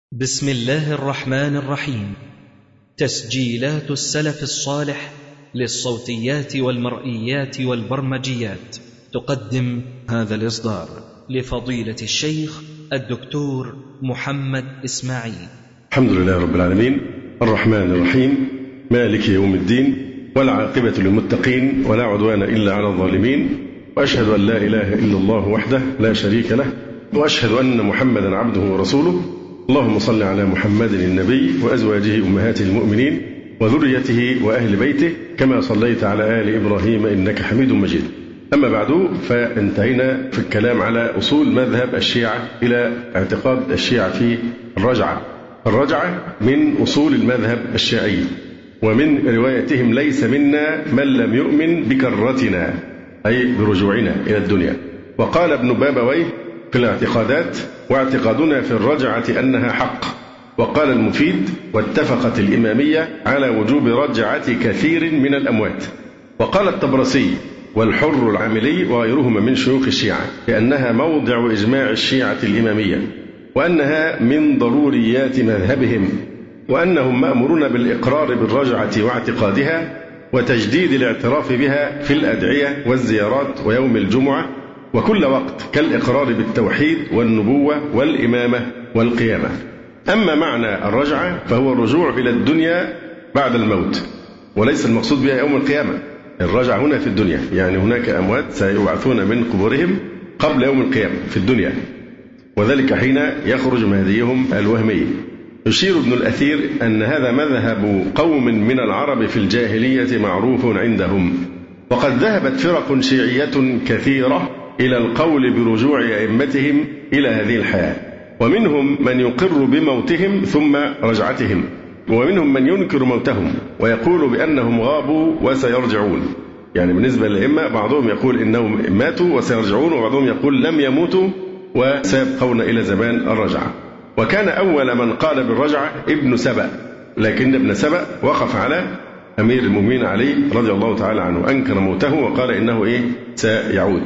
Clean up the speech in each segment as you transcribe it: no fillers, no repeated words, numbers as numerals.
بسم الله الرحمن الرحيم. تسجيلات السلف الصالح للصوتيات والمرئيات والبرمجيات تقدم هذا الإصدار لفضيلة الشيخ الدكتور محمد إسماعيل. الحمد لله رب العالمين، الرحمن الرحيم، مالك يوم الدين، والعاقبة للمتقين، ولا عدوان إلا على الظالمين، وأشهد أن لا إله إلا الله وحده لا شريك له، وأشهد أن محمدا عبده ورسوله. اللهم صل على محمد النبي وأزواجه أمهات المؤمنين وذريته وأهل بيته كما صليت على آل إبراهيم إنك حميد مجيد. أما بعد، فانتهينا في الكلام على أصول مذهب الشيعة إلى اعتقاد الشيعة في الرجعة. الرجعة من أصول المذهب الشيعي، ومن روايتهم ليس منا من لم يؤمن بكرتنا، أي برجوعنا إلى الدنيا. وقال ابن بابويه في الاعتقادات: واعتقادنا في الرجعة أنها حق. وقال المفيد: واتفقت الإمامية على وجوب رجعة كثير من الأموات. وقال الطبرسي والحر العاملي وغيرهما من شيوخ الشيعة بأنها موضع إجماع الشيعة الإمامية، وأنها من ضروريات مذهبهم، وأنهم مأمورون بالإقرار بالرجعة واعتقادها وتجديد الاعتراف بها في الأدعية والزيارات ويوم الجمعة وكل وقت، كالإقرار بالتوحيد والنبوة والإمامة والقيامة. أما معنى الرجعة فهو الرجوع إلى الدنيا بعد الموت، وليس المقصود بها يوم القيامة. الرجعة هنا في الدنيا، يعني هناك أموات سيبعثون من قبورهم قبل يوم القيامة في الدنيا، وذلك حين يخرج مهديهم الوهمي. يشير ابن الأثير أن هذا مذهب قوم من العرب في الجاهلية معروف عندهم، وقد ذهبت فرق شيعية كثيرة إلى القول برجوع أئمتهم إلى هذه الحياة، ومنهم من يقر بموتهم ثم رجعتهم، ومنهم من ينكر موتهم ويقول بأنهم غابوا وسيرجعون. يعني بالنسبة للأئمة بعضهم يقول إنهم ماتوا وسيرجعون، وبعضهم يقول لم يموتوا وسيبقون إلى زمان الرجعة. وكان أول من قال بالرجعة ابن سبأ، لكن ابن سبأ وقف على أمير المؤمنين علي رضي الله تعالى عنه، أنكر موته وقال إنه سيعود،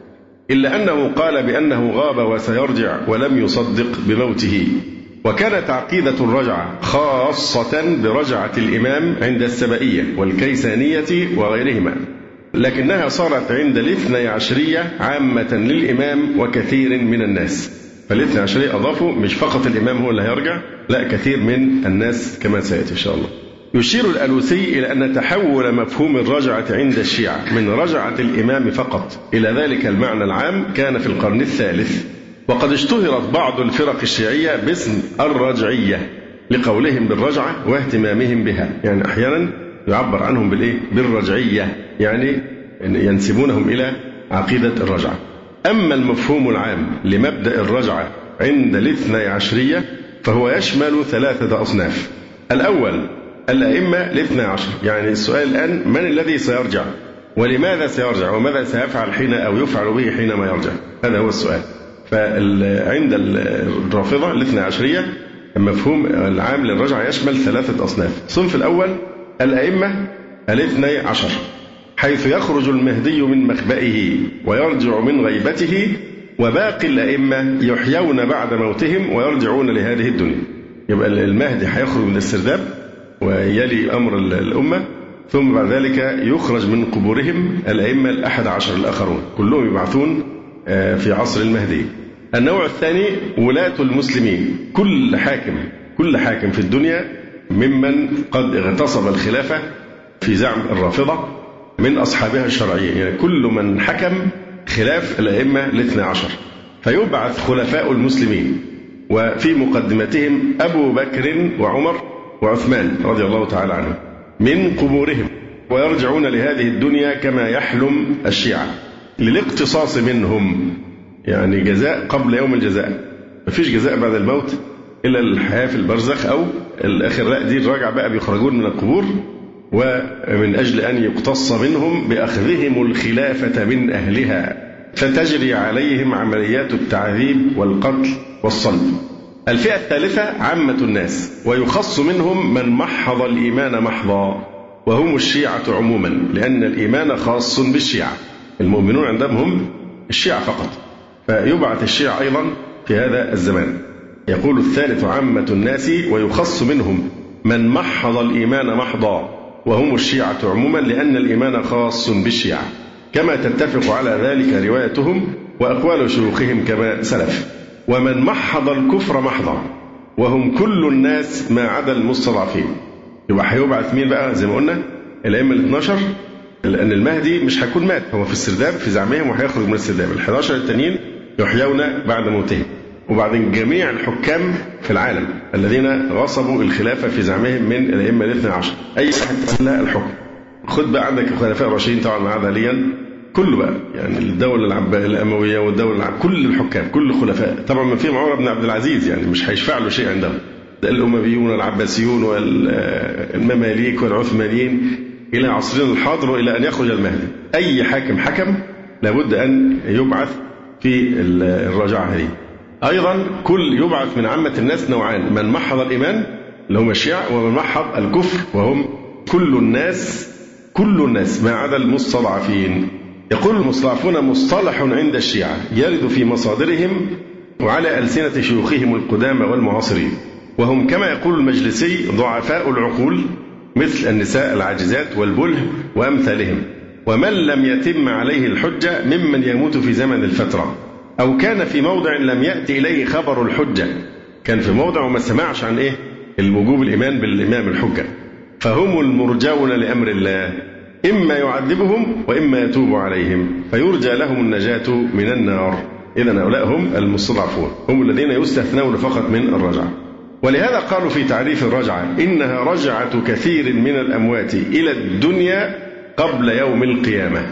إلا أنه قال بأنه غاب وسيرجع ولم يصدق بموته. وكانت عقيدة الرجعة خاصة برجعة الإمام عند السبائية والكيسانية وغيرهما، لكنها صارت عند الاثني عشرية عامة للإمام وكثير من الناس. فالاثني عشرية أضافوا مش فقط الإمام هو اللي هيرجع، لا، كثير من الناس كما سيأتي إن شاء الله. يشير الألوسي إلى أن تحول مفهوم الرجعة عند الشيعة من رجعة الإمام فقط إلى ذلك المعنى العام كان في القرن الثالث. وقد اشتهرت بعض الفرق الشيعية باسم الرجعية لقولهم بالرجعة واهتمامهم بها، يعني أحيانا يعبر عنهم بالرجعية، يعني ينسبونهم إلى عقيدة الرجعة. أما المفهوم العام لمبدأ الرجعة عند الاثني عشرية فهو يشمل ثلاثة أصناف. الأول الأئمة الاثنى عشر، يعني السؤال الآن: من الذي سيرجع؟ ولماذا سيرجع؟ وماذا سيفعل حين أو يفعل به حينما يرجع؟ هذا هو السؤال. فعند الرافضة الاثنى عشرية المفهوم العام للرجعة يشمل ثلاثة أصناف. الصنف الأول الأئمة الاثني عشر، حيث يخرج المهدي من مخبئه ويرجع من غيبته، وباقي الأئمة يحيون بعد موتهم ويرجعون لهذه الدنيا. يبقى المهدي هيخرج من السرداب ويلي أمر الأمة، ثم بعد ذلك يخرج من قبورهم الأئمة الأحد عشر الآخرون، كلهم يبعثون في عصر المهدي. النوع الثاني ولاة المسلمين، كل حاكم في الدنيا ممن قد اغتصب الخلافة في زعم الرافضة من أصحابها الشرعيين، يعني كل من حكم خلاف الأئمة الاثنى عشر، فيبعث خلفاء المسلمين، وفي مقدمتهم أبو بكر وعمر وعثمان رضي الله تعالى عنهم من قبورهم، ويرجعون لهذه الدنيا كما يحلم الشيعة للاقتصاص منهم، يعني جزاء قبل يوم الجزاء. مفيش جزاء بعد الموت إلا الحياة في البرزخ أو الآخر، لا، دي الرجعة بقى بيخرجون من القبور، ومن أجل أن يقتص منهم بأخذهم الخلافة من أهلها، فتجري عليهم عمليات التعذيب والقتل والصلب. الفئة الثالثة عامة الناس، ويخص منهم من محض الإيمان محضا، وهم الشيعة عموما، لأن الإيمان خاص بالشيعة، المؤمنون عندهم هم الشيعة فقط، فيبعث الشيعة أيضا في هذا الزمان. يقول الثالث عامة الناس ويخص منهم من محض الإيمان محضا وهم الشيعة عموما لأن الإيمان خاص بالشيعة كما تتفق على ذلك روايتهم وأقوال شيوخهم كما سلف. ومن محض الكفر محضا وهم كل الناس ما عدا المستضعفين. يبقى هيبعث مين بقى زي ما قلنا؟ الأئمة ال12، لأن المهدي مش هيكون مات، هو في السرداب في زعمهم وهيخرج من السرداب. ال11 التانيين يحيون بعد موتهم. وبعدين جميع الحكام في العالم الذين غصبوا الخلافة في زعمهم من الأئمة ال12 أي واحد تولى الحكم. خد بقى عندك الخلفاء الراشدين طبعا مع حاليا كله بقى، يعني الدولة الأموية والدولة كل الحكام كل الخلفاء طبعا من فيهم عمر بن عبد العزيز، يعني مش هيشفع له شيء عندهم، الأمويون والعباسيون والمماليك والعثمانيين إلى عصرنا الحاضر وإلى أن يخرج المهدي. أي حاكم حكم لابد أن يبعث في الرجعة هذه. أيضا كل يبعث من عامة الناس نوعان: من محض الإيمان اللي هم الشيعة، ومن محض الكفر وهم كل الناس ما عدا المستضعفين. يقول المستضعفون مصطلح عند الشيعة يرد في مصادرهم وعلى ألسنة شيوخهم القدامى والمعاصرين، وهم كما يقول المجلسي ضعفاء العقول مثل النساء العاجزات والبله وأمثالهم، ومن لم يتم عليه الحجة ممن يموت في زمن الفترة أو كان في موضع لم يأتي إليه خبر الحجة، كان في موضع وما سمعش عن الوجوب الإيمان بالإمام الحجة، فهم المرجون لأمر الله إما يعذبهم وإما يتوب عليهم فيرجى لهم النجاة من النار. إذن هؤلاء هم المستضعفون، هم الذين يستثنون فقط من الرجعة. ولهذا قالوا في تعريف الرجعة إنها رجعة كثير من الأموات إلى الدنيا قبل يوم القيامة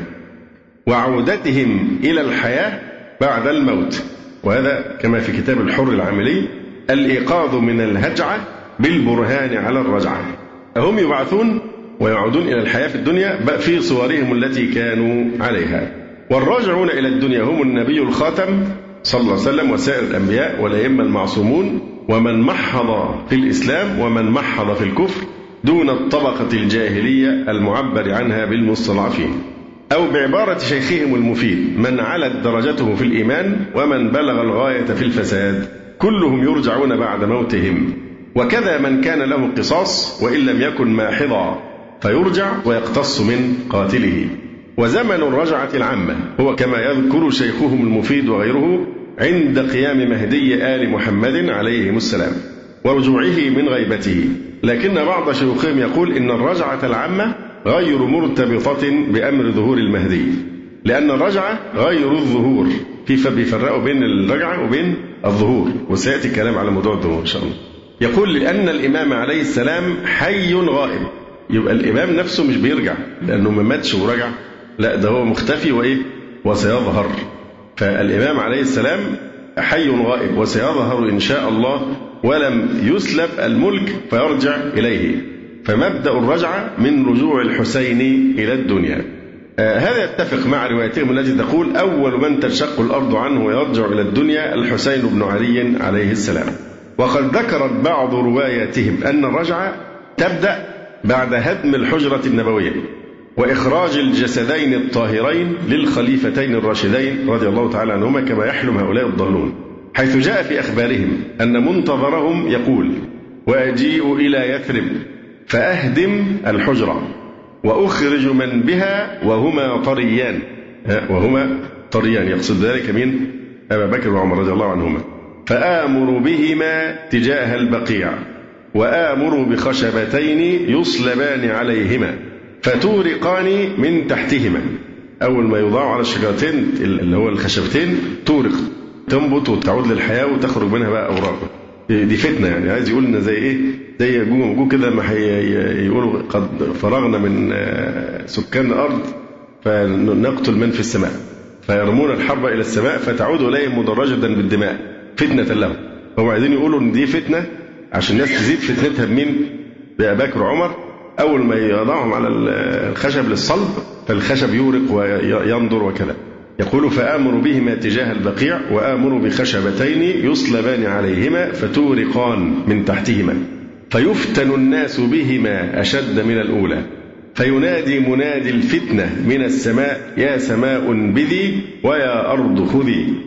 وعودتهم إلى الحياة بعد الموت. وهذا كما في كتاب الحر العاملي الإيقاظ من الهجعة بالبرهان على الرجعة. هم يبعثون ويعودون إلى الحياة في الدنيا في صورهم التي كانوا عليها. والراجعون إلى الدنيا هم النبي الخاتم صلى الله عليه وسلم وسائر الأنبياء والأئمة المعصومون ومن محض في الإسلام ومن محض في الكفر دون الطبقة الجاهلية المعبر عنها بالمستضعفين، أو بعبارة شيخهم المفيد من علت درجته في الإيمان ومن بلغ الغاية في الفساد كلهم يرجعون بعد موتهم. وكذا من كان له قصاص وإن لم يكن ماحضا فيرجع ويقتص من قاتله. وزمن الرجعة العامة هو كما يذكر شيخهم المفيد وغيره عند قيام مهدي آل محمد عليهم السلام ورجوعه من غيبته. لكن بعض شيوخهم يقول إن الرجعة العامة غير مرتبطة بأمر ظهور المهدي، لأن الرجعة غير الظهور، بيفرقوا بين الرجعة وبين الظهور، وسيأتي الكلام على موضوع الظهور إن شاء الله. يقول لأن الإمام عليه السلام حي غائب، يبقى الإمام نفسه مش بيرجع لأنه ما ماتش ورجع، لا ده هو مختفي وسيظهر. فالإمام عليه السلام حي غائب وسيظهر إن شاء الله ولم يسلب الملك فيرجع إليه. فمبدأ الرجعة من رجوع الحسين إلى الدنيا. هذا يتفق مع روايتهم التي تقول أول من تنشق الأرض عنه ويرجع إلى الدنيا الحسين بن علي عليه السلام. وقد ذكرت بعض رواياتهم أن الرجعة تبدأ بعد هدم الحجرة النبوية وإخراج الجسدين الطاهرين للخليفتين الراشدين رضي الله تعالى عنهما كما يحلم هؤلاء الضالون، حيث جاء في أخبارهم أن منتظرهم يقول وأجيء إلى يثرب فأهدم الحجرة وأخرج من بها وهما طريان يقصد ذلك من أبا بكر وعمر رضي الله عنهما، فآمر بهما تجاه البقيع وآمر بخشبتين يصلبان عليهما فتورقان من تحتهما. أول ما يوضعوا على الشجرتين اللي هو الخشبتين تورق تنبت وتعود للحياة وتخرج منها بقى أوراق. دي فتنة، يعني عايز يقول لنا زي زي يجوم كده ما يقولوا قد فرغنا من سكان الأرض فنقتل من في السماء فيرمون الحرب إلى السماء فتعود إليهم مدرجة بالدماء فتنة لهم. هم عايزين يقولوا إن دي فتنة عشان الناس تزيد فتنتها بمين؟ بأبي بكر وعمر. أول ما يضعهم على الخشب للصلب فالخشب يورق وينظر وكذا. يقول فآمر بهما تجاه البقيع وآمر بخشبتين يصلبان عليهما فتورقان من تحتهما فيفتن الناس بهما أشد من الأولى فينادي منادي الفتنة من السماء يا سماء بذي ويا أرض خذي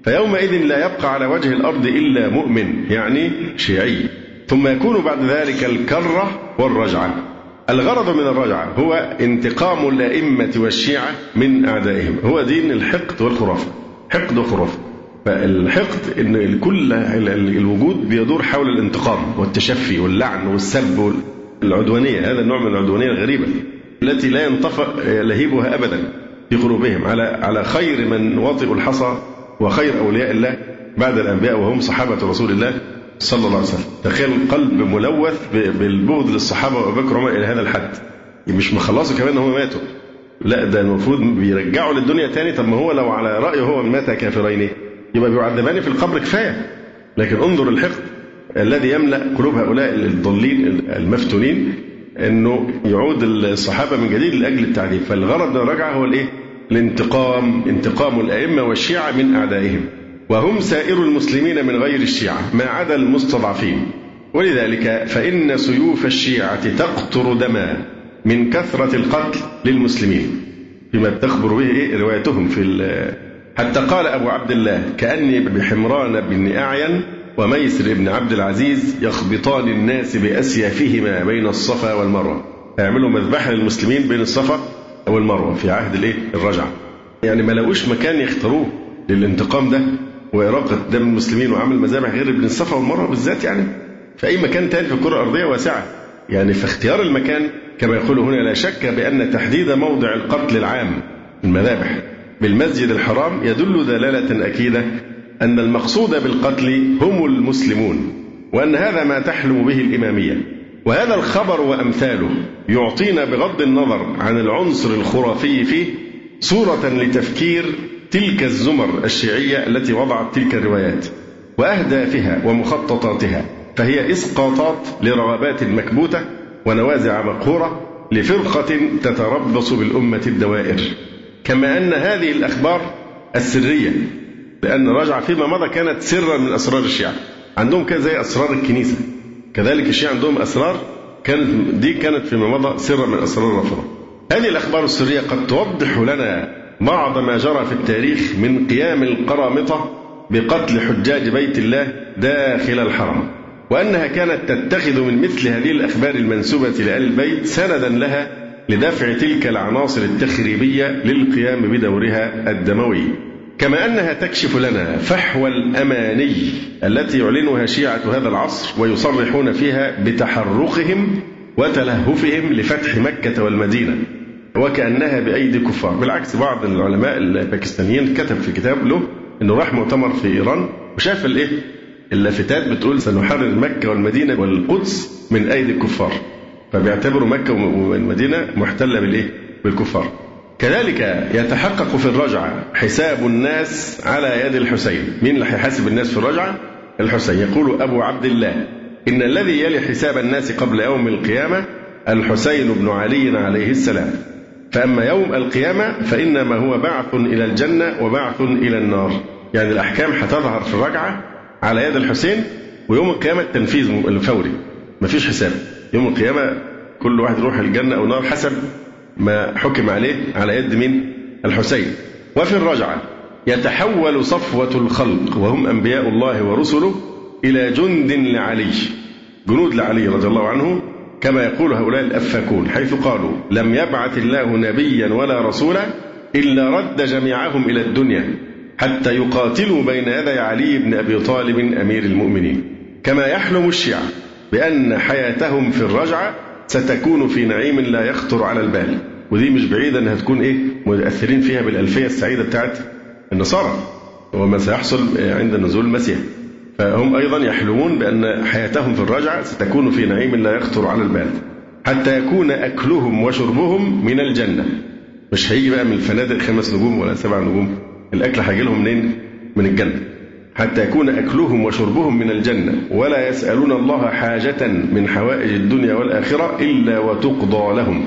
فيومئذ لا يبقى على وجه الأرض إلا مؤمن يعني شيعي، ثم يكون بعد ذلك الكرة والرجعة. الغرض من الرجعة هو انتقام الأئمة والشيعة من أعدائهم، هو دين الحقد والخرافة، حقد وخرافة. فالحقد إن كل الوجود بيدور حول الانتقام والتشفي واللعن والسب والعدوانية، هذا النوع من العدوانية الغريبة التي لا ينطفأ لهيبها أبدا في قلوبهم على خير من وطئوا الحصى وخير أولياء الله بعد الأنبياء وهم صحابة رسول الله صلى الله عليه وسلم. تخيل قلب ملوث بالبغض للصحابة وأبو بكر وعمر إلى هذا الحد، مش مخلصوا كمان هم ماتوا، لا ده المفروض بيرجعوا للدنيا تاني. طب ما هو لو على رأيه هو مات كافرين يبقى بيعذبان في القبر كفاية، لكن انظر الحقد الذي يملأ قلوب هؤلاء الضالين المفتونين أنه يعود الصحابة من جديد لأجل التعذيب. فالغرض من الرجعة هو الإيه؟ الانتقام، انتقام الأئمة والشيعة من أعدائهم، وهم سائر المسلمين من غير الشيعة ما عدا المستضعفين. ولذلك فإن سيوف الشيعة تقطر دما من كثرة القتل للمسلمين، فيما تخبر به روايتهم حتى قال أبو عبد الله كأني بحمران بن أعين وميسر بن عبد العزيز يخبطان الناس بأسيافهما بين الصفا والمروة. يعملوا مذبحة للمسلمين بين الصفا والمروة في عهد الرجعة، يعني ما لقوش مكان يختاروه للانتقام ده وإراقة دم المسلمين وعمل مذابح غير بين الصفا والمروة بالذات. يعني في أي مكان تاني في الكرة الأرضية واسعة، يعني في اختيار المكان كما يقول هنا لا شك بأن تحديد موضع القتل العام المذابح بالمسجد الحرام يدل دلالة أكيدة أن المقصود بالقتل هم المسلمون، وأن هذا ما تحلم به الإمامية. وهذا الخبر وأمثاله يعطينا بغض النظر عن العنصر الخرافي فيه صورة لتفكير تلك الزمر الشيعية التي وضعت تلك الروايات وأهدافها ومخططاتها، فهي إسقاطات لرغبات مكبوتة ونوازع مقهورة لفرقة تتربص بالأمة الدوائر. كما أن هذه الأخبار السرية، لأن الرجعة فيما مضى كانت سرا من أسرار الشيعة، عندهم كان زي أسرار الكنيسة، كذلك الشيعة عندهم أسرار كانت فيما مضى سرا من أسرار الرافضة. هذه الأخبار السرية قد توضح لنا بعض ما جرى في التاريخ من قيام القرامطة بقتل حجاج بيت الله داخل الحرم، وأنها كانت تتخذ من مثل هذه الأخبار المنسوبة لآل البيت سندا لها لدفع تلك العناصر التخريبية للقيام بدورها الدموي. كما أنها تكشف لنا فحوى الأماني التي يعلنها شيعة هذا العصر ويصرحون فيها بتحرقهم وتلهفهم لفتح مكة والمدينة وكأنها بأيدي كفار. بالعكس بعض العلماء الباكستانيين كتب في كتاب له أنه راح مؤتمر في إيران وشاف اللافتات بتقول سنحرر مكة والمدينة والقدس من أيدي الكفار، فبيعتبروا مكة والمدينة محتلة بالكفار. كذلك يتحقق في الرجعة حساب الناس على يد الحسين. مين اللي هيحاسب الناس في الرجعة؟ الحسين. يقول أبو عبد الله إن الذي يلي حساب الناس قبل يوم القيامة الحسين بن علي عليه السلام، فأما يوم القيامة فإنما هو بعث إلى الجنة وبعث إلى النار. يعني الأحكام هتظهر في الرجعة على يد الحسين، ويوم القيامة التنفيذ الفوري، مفيش حساب. يوم القيامة كل واحد يروح الجنة أو النار حسب ما حكم عليه على يد من الحسين. وفي الرجعة يتحول صفوة الخلق وهم أنبياء الله ورسله إلى جند لعلي، جنود لعلي رضي الله عنه، كما يقول هؤلاء الأفاكون حيث قالوا لم يبعث الله نبيا ولا رسولا إلا رد جميعهم إلى الدنيا حتى يقاتلوا بين يدي علي بن أبي طالب أمير المؤمنين. كما يحلم الشيعة بأن حياتهم في الرجعة ستكون في نعيم لا يخطر على البال، ودي مش بعيدة أنها تكون متأثرين فيها بالألفية السعيدة بتاعت النصارى وما سيحصل عند نزول المسيح. فهم أيضا يحلمون بأن حياتهم في الرجعة ستكون في نعيم لا يخطر على البال حتى يكون أكلهم وشربهم من الجنة. مش هيجي بقى من الفنادق 5 نجوم ولا 7 نجوم، الأكل هيجي لهم منين؟ من الجنة. حتى يكون أكلهم وشربهم من الجنة ولا يسألون الله حاجة من حوائج الدنيا والآخرة إلا وتقضى لهم.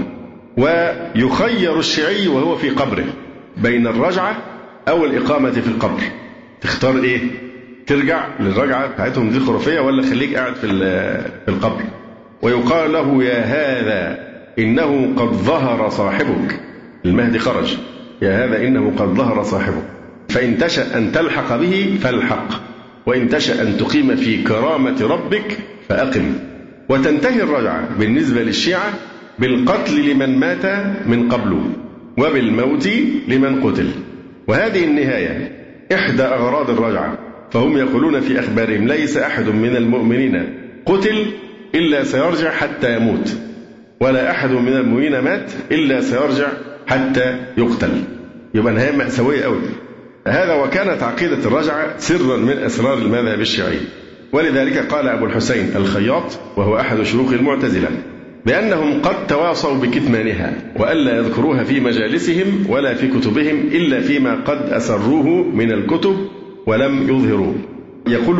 ويخير الشيعي وهو في قبره بين الرجعة أو الإقامة في القبر، تختار إيه؟ ترجع للرجعة بتاعتهم دي الخرافية ولا خليك قاعد في القبر؟ ويقال له يا هذا إنه قد ظهر صاحبك، المهدي خرج، يا هذا إنه قد ظهر صاحبك. فإن تشأ أن تلحق به فالحق، وإن تشأ أن تقيم في كرامة ربك فأقم. وتنتهي الرجعة بالنسبة للشيعة بالقتل لمن مات من قبله وبالموت لمن قتل، وهذه النهاية إحدى أغراض الرجعة. فهم يقولون في أخبارهم: ليس أحد من المؤمنين قتل إلا سيرجع حتى يموت، ولا أحد من المؤمنين مات إلا سيرجع حتى يقتل. يبقى نهاية مأساوية أوي. هذا وكانت عقيدة الرجعة سرا من أسرار المذهب الشيعي. ولذلك قال أبو الحسين الخياط وهو أحد شيوخ المعتزلة بأنهم قد تواصوا بكتمانها وألا يذكروها في مجالسهم ولا في كتبهم إلا فيما قد أسروه من الكتب ولم يظهروه. يقول: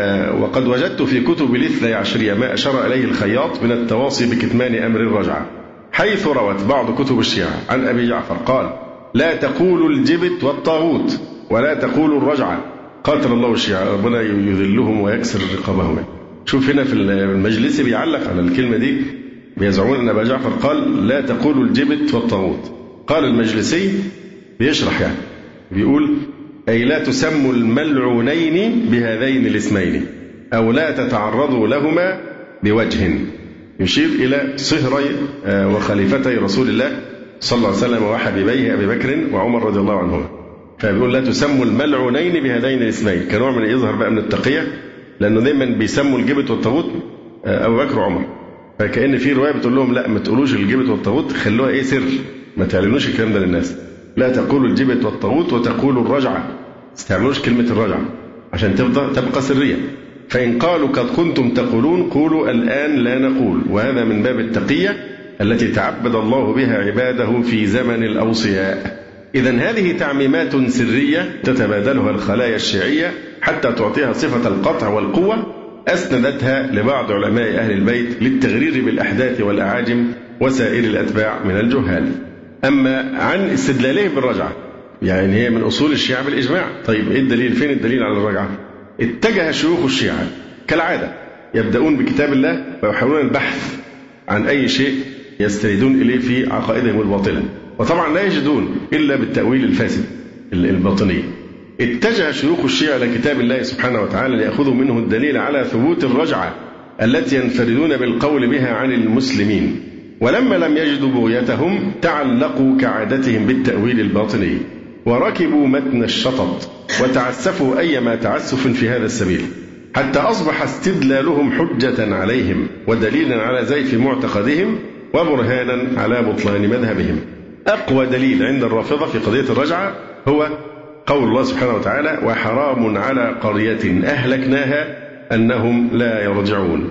وقد وجدت في كتب الاثني عشرية ما أشار إليه الخياط من التواصي بكتمان أمر الرجعة، حيث روت بعض كتب الشيعة عن أبي جعفر قال: لا تقولوا الجبت والطاغوت ولا تقولوا الرجعة، قاتل الله الشيعة ربنا يذلهم ويكسر رقابهم. شوف هنا في المجلس بيعلق على الكلمة دي، بيزعمون أن أبا جعفر قال: لا تقولوا الجبت والطاغوت. قال المجلسي بيشرح يعني بيقول: أي لا تسموا الملعونين بهذين الاسمين، أو لا تتعرضوا لهما بوجه، يشير إلى صهري وخليفتي رسول الله صلى الله عليه وسلم وحبيبيه أبي بكر وعمر رضي الله عنهما. فبيقول: لا تسموا الملعونين بهذين الاسمين، كنوع من يظهر بقى من التقية، لأنه دايما بيسموا الجبت والطاغوت أبو بكر وعمر، فكأن في رواية بتقول لهم: لا ما تقولوش الجبت والطاغوت، خلوها سر، ما تعلنوش الكلام ده للناس. لا تقولوا الجبت والطاغوت وتقولوا الرجعة، ما تستعملوش كلمة الرجعة عشان تبقى سرية. فإن قالوا قد كنتم تقولون قولوا الآن لا نقول، وهذا من باب التقية التي تعبد الله بها عباده في زمن الأوصياء. إذن هذه تعميمات سرية تتبادلها الخلايا الشيعية حتى تعطيها صفة القطع والقوة، أسندتها لبعض علماء أهل البيت للتغرير بالأحداث والأعاجم وسائر الأتباع من الجهال. أما عن استدلالهم بالرجعة، يعني هي من أصول الشيعة بالإجماع. طيب إيه الدليل؟ فين الدليل على الرجعة؟ اتجه شيوخ الشيعة كالعادة يبدأون بكتاب الله ويحاولون البحث عن أي شيء يستندون إليه في عقائدهم الباطلة، وطبعا لا يجدون إلا بالتأويل الفاسد الباطني. اتجه شيوخ الشيعة إلى كتاب الله سبحانه وتعالى ليأخذوا منه الدليل على ثبوت الرجعة التي ينفردون بالقول بها عن المسلمين، ولما لم يجدوا بغيتهم تعلقوا كعادتهم بالتأويل الباطني وركبوا متن الشطط وتعسفوا أيما تعسف في هذا السبيل، حتى أصبح استدلالهم حجة عليهم ودليلا على زيف معتقدهم وبرهانا على بطلان مذهبهم. أقوى دليل عند الرافضة في قضية الرجعة هو قول الله سبحانه وتعالى: وحرام على قرية أهلكناها أنهم لا يرجعون.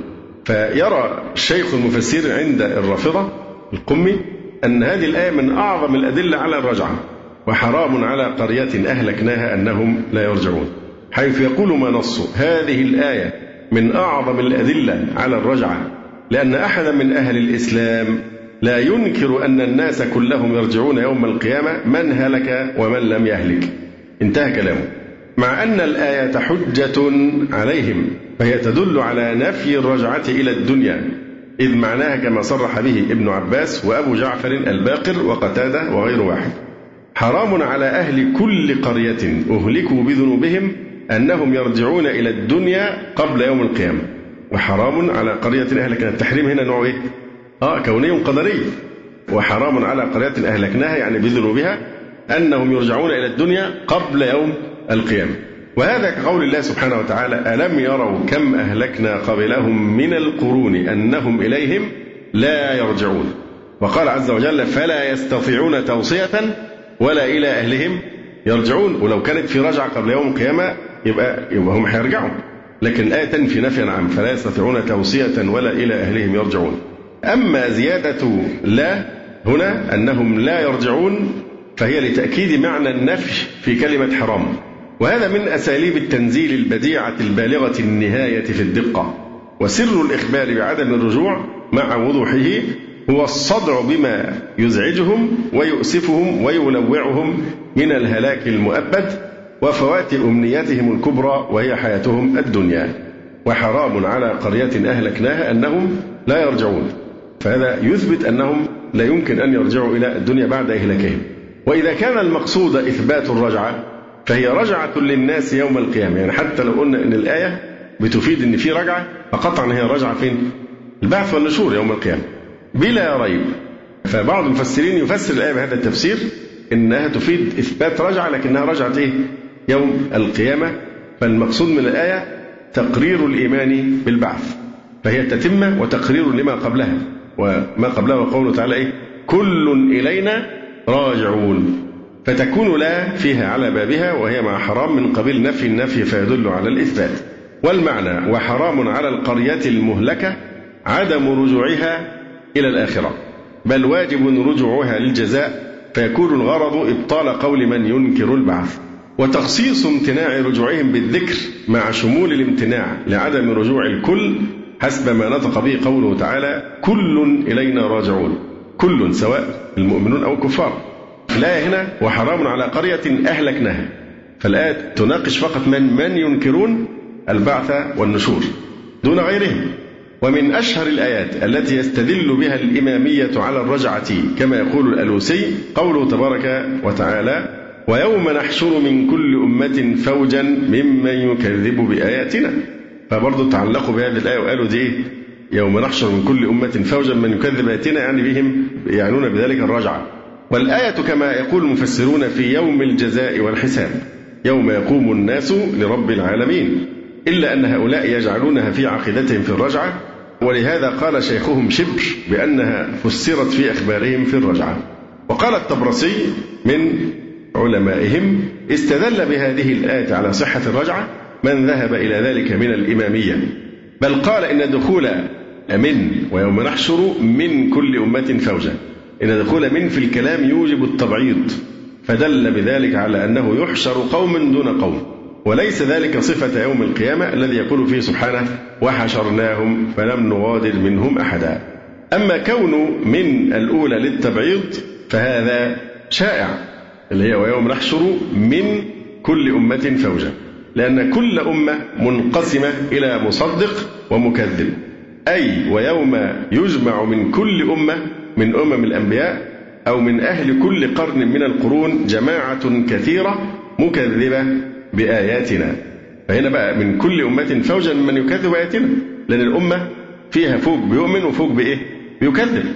فيرى الشيخ المفسر عند الرافضة القمي أن هذه الآية من أعظم الأدلة على الرجعة، وحرام على قرية أهلكناها أنهم لا يرجعون، حيث يقول ما نص هذه الآية من أعظم الأدلة على الرجعة، لأن أحدا من أهل الإسلام لا ينكر أن الناس كلهم يرجعون يوم القيامة، من هلك ومن لم يهلك. انتهى كلامه. مع أن الآية حجة عليهم، فهي تدل على نفي الرجعة إلى الدنيا، إذ معناها كما صرح به ابن عباس وأبو جعفر الباقر وقتادة وغير واحد: حرام على أهل كل قرية أهلكوا بذنوبهم أنهم يرجعون إلى الدنيا قبل يوم القيامة. وحرام على قرية أهلكناها، التحريم هنا نوع إيه؟ كوني قدري. وحرام على قرية أهلكناها يعني بذنوبها أنهم يرجعون إلى الدنيا قبل يوم القيامة. وهذا كقول الله سبحانه وتعالى: ألم يروا كم أهلكنا قبلهم من القرون أنهم إليهم لا يرجعون. وقال عز وجل: فلا يستطيعون توصية ولا إلى أهلهم يرجعون. ولو كانت في رجعة قبل يوم القيامة يبقى هم هيرجعوا، لكن الآية تنفي نفيا عام: فلا يستطيعون توصية ولا إلى أهلهم يرجعون. أما زيادة لا هنا أنهم لا يرجعون فهي لتأكيد معنى النفي في كلمة حرام، وهذا من أساليب التنزيل البديعة البالغة النهاية في الدقة. وسر الإخبار بعدم الرجوع مع وضوحه هو الصدع بما يزعجهم ويؤسفهم ويلوعهم من الهلاك المؤبد وفوات أمنياتهم الكبرى وهي حياتهم الدنيا. وحرام على قرية أهلكناها أنهم لا يرجعون، فهذا يثبت أنهم لا يمكن أن يرجعوا إلى الدنيا بعد إهلاكهم. وإذا كان المقصود إثبات الرجعة فهي رجعة للناس يوم القيامة. يعني حتى لو قلنا أن الآية بتفيد أن في رجعة، فقطعا هي رجعة فين؟ البعث والنشور يوم القيامة بلا ريب. فبعض المفسرين يفسر الآية بهذا التفسير إنها تفيد إثبات رجعة، لكنها رجعة إيه؟ يوم القيامة. فالمقصود من الآية تقرير الإيمان بالبعث، فهي تتمة وتقرير لما قبلها، وما قبلها وقوله تعالى إيه؟ كل إلينا راجعون. فتكون لا فيها على بابها، وهي مع حرام من قبيل نفي النفي فيدل على الإثبات. والمعنى وحرام على القرية المهلكة عدم رجوعها إلى الآخرة، بل واجب رجوعها للجزاء، فيكون الغرض إبطال قول من ينكر البعث، وتخصيص امتناع رجوعهم بالذكر مع شمول الامتناع لعدم رجوع الكل حسب ما نطق به قوله تعالى كل إلينا راجعون، كل سواء المؤمنون أو الكفار. الآية هنا وحرام على قرية أهلكناها، فالآية تناقش فقط من ينكرون البعث والنشور دون غيرهم. ومن أشهر الآيات التي يستدل بها الإمامية على الرجعة كما يقول الألوسي قوله تبارك وتعالى ويوم نحشر من كل أمة فوجا ممن يكذب بآياتنا. فبرضه تعلقوا بهذه الآية وقالوا دي يوم نحشر من كل أمة فوجا من يكذب بآياتنا، يعني بهم يعنون بذلك الرجعة. والآية كما يقول المفسرون في يوم الجزاء والحساب، يوم يقوم الناس لرب العالمين، إلا أن هؤلاء يجعلونها في عقيدتهم في الرجعة، ولهذا قال شيخهم شبر بأنها فسرت في أخبارهم في الرجعة. وقال الطبرسي من علمائهم استدل بهذه الآية على صحة الرجعة من ذهب إلى ذلك من الإمامية، بل قال إن دخول من ويوم نحشر من كل أمة فوجا، إن دخول من في الكلام يوجب التبعيض، فدل بذلك على أنه يحشر قوم دون قوم، وليس ذلك صفة يوم القيامة الذي يقول فيه سبحانه وحشرناهم فلم نغادر منهم أحدا. أما كون من الأولى للتبعيض فهذا شائع، اللي هي ويوم نحشر من كل أمة فوجا، لأن كل أمة منقسمة إلى مصدق ومكذب، أي ويوم يجمع من كل أمة من أمم الأنبياء أو من أهل كل قرن من القرون جماعة كثيرة مكذبة بآياتنا. فهنا بقى من كل أمة فوجا من يكذب بآياتنا، لأن الأمة فيها فوق بيؤمن وفوق بإيه؟ بيكذب.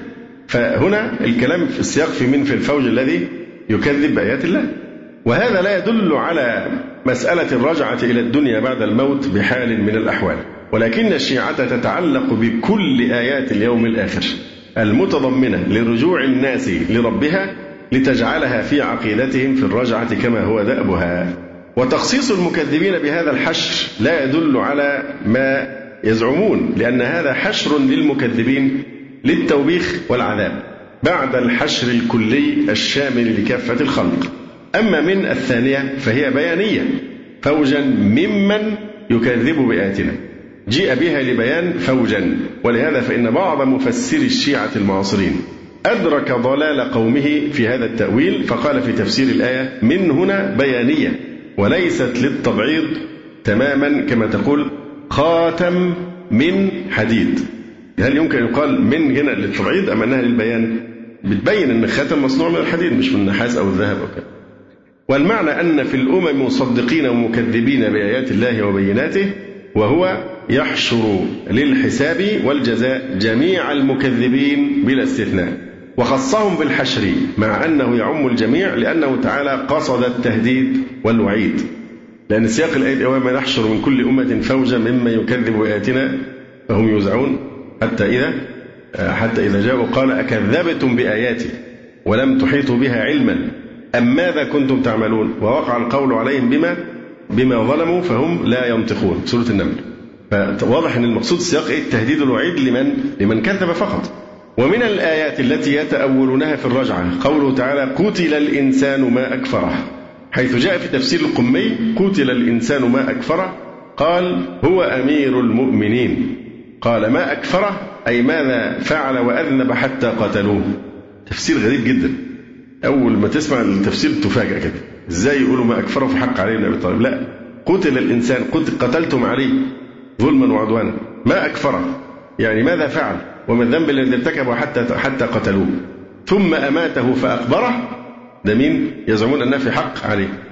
فهنا الكلام في السياق في من في الفوج الذي يكذب بآيات الله. وهذا لا يدل على مسألة الرجعة إلى الدنيا بعد الموت بحال من الأحوال، ولكن الشيعة تتعلق بكل آيات اليوم الآخر المتضمنة لرجوع الناس لربها لتجعلها في عقيدتهم في الرجعة كما هو دأبها. وتخصيص المكذبين بهذا الحشر لا يدل على ما يزعمون، لأن هذا حشر للمكذبين للتوبيخ والعذاب بعد الحشر الكلي الشامل لكافة الخلق. أما من الثانية فهي بيانية، فوجا ممن يكذب بآياتنا، جيء بها لبيان فوجا. ولهذا فإن بعض مفسري الشيعة المعاصرين أدرك ضلال قومه في هذا التأويل، فقال في تفسير الآية من هنا بيانية وليست للتبعيض تماما كما تقول خاتم من حديد. هل يمكن يقال من هنا للتبعيض أم أنها للبيان؟ بتبين أن الخاتم مصنوع من الحديد مش من النحاس أو الذهب أو كذا. والمعنى أن في الأمم مصدقين ومكذبين بآيات الله وبيناته، وهو يحشر للحساب والجزاء جميع المكذبين بلا استثناء، وخصهم بالحشر مع أنه يعم الجميع لأنه تعالى قصد التهديد والوعيد، لأن سياق الآية وما نحشر من كل أمة فوجا مما يكذب بآياتنا فهم يوزعون حتى إذا جاءوا قال أكذبتم بآياتي ولم تحيطوا بها علما أم ماذا كنتم تعملون ووقع القول عليهم بما ظلموا فهم لا ينطقون. سورة النمل. فواضح أن المقصود سياق التهديد والوعيد لمن كذب فقط. ومن الآيات التي يتأولونها في الرجعة قوله تعالى قتل الإنسان ما أكفره، حيث جاء في تفسير القمي قتل الإنسان ما أكفره قال هو أمير المؤمنين، قال ما أكفره أي ماذا فعل وأذنب حتى قتلوه. تفسير غريب جدا، أول ما تسمع التفسير تفاجأ كده، إزاي يقولوا ما أكفره في حق علي بن أبي طالب؟ لا، قتل الإنسان قتلتم عليه ظلما وعدوانا، ما أكفره يعني ماذا فعل وما الذنب الذي ارتكبه حتى قتلوه، ثم أماته فأقبره. ده مين يزعمون أنه في حق عليه؟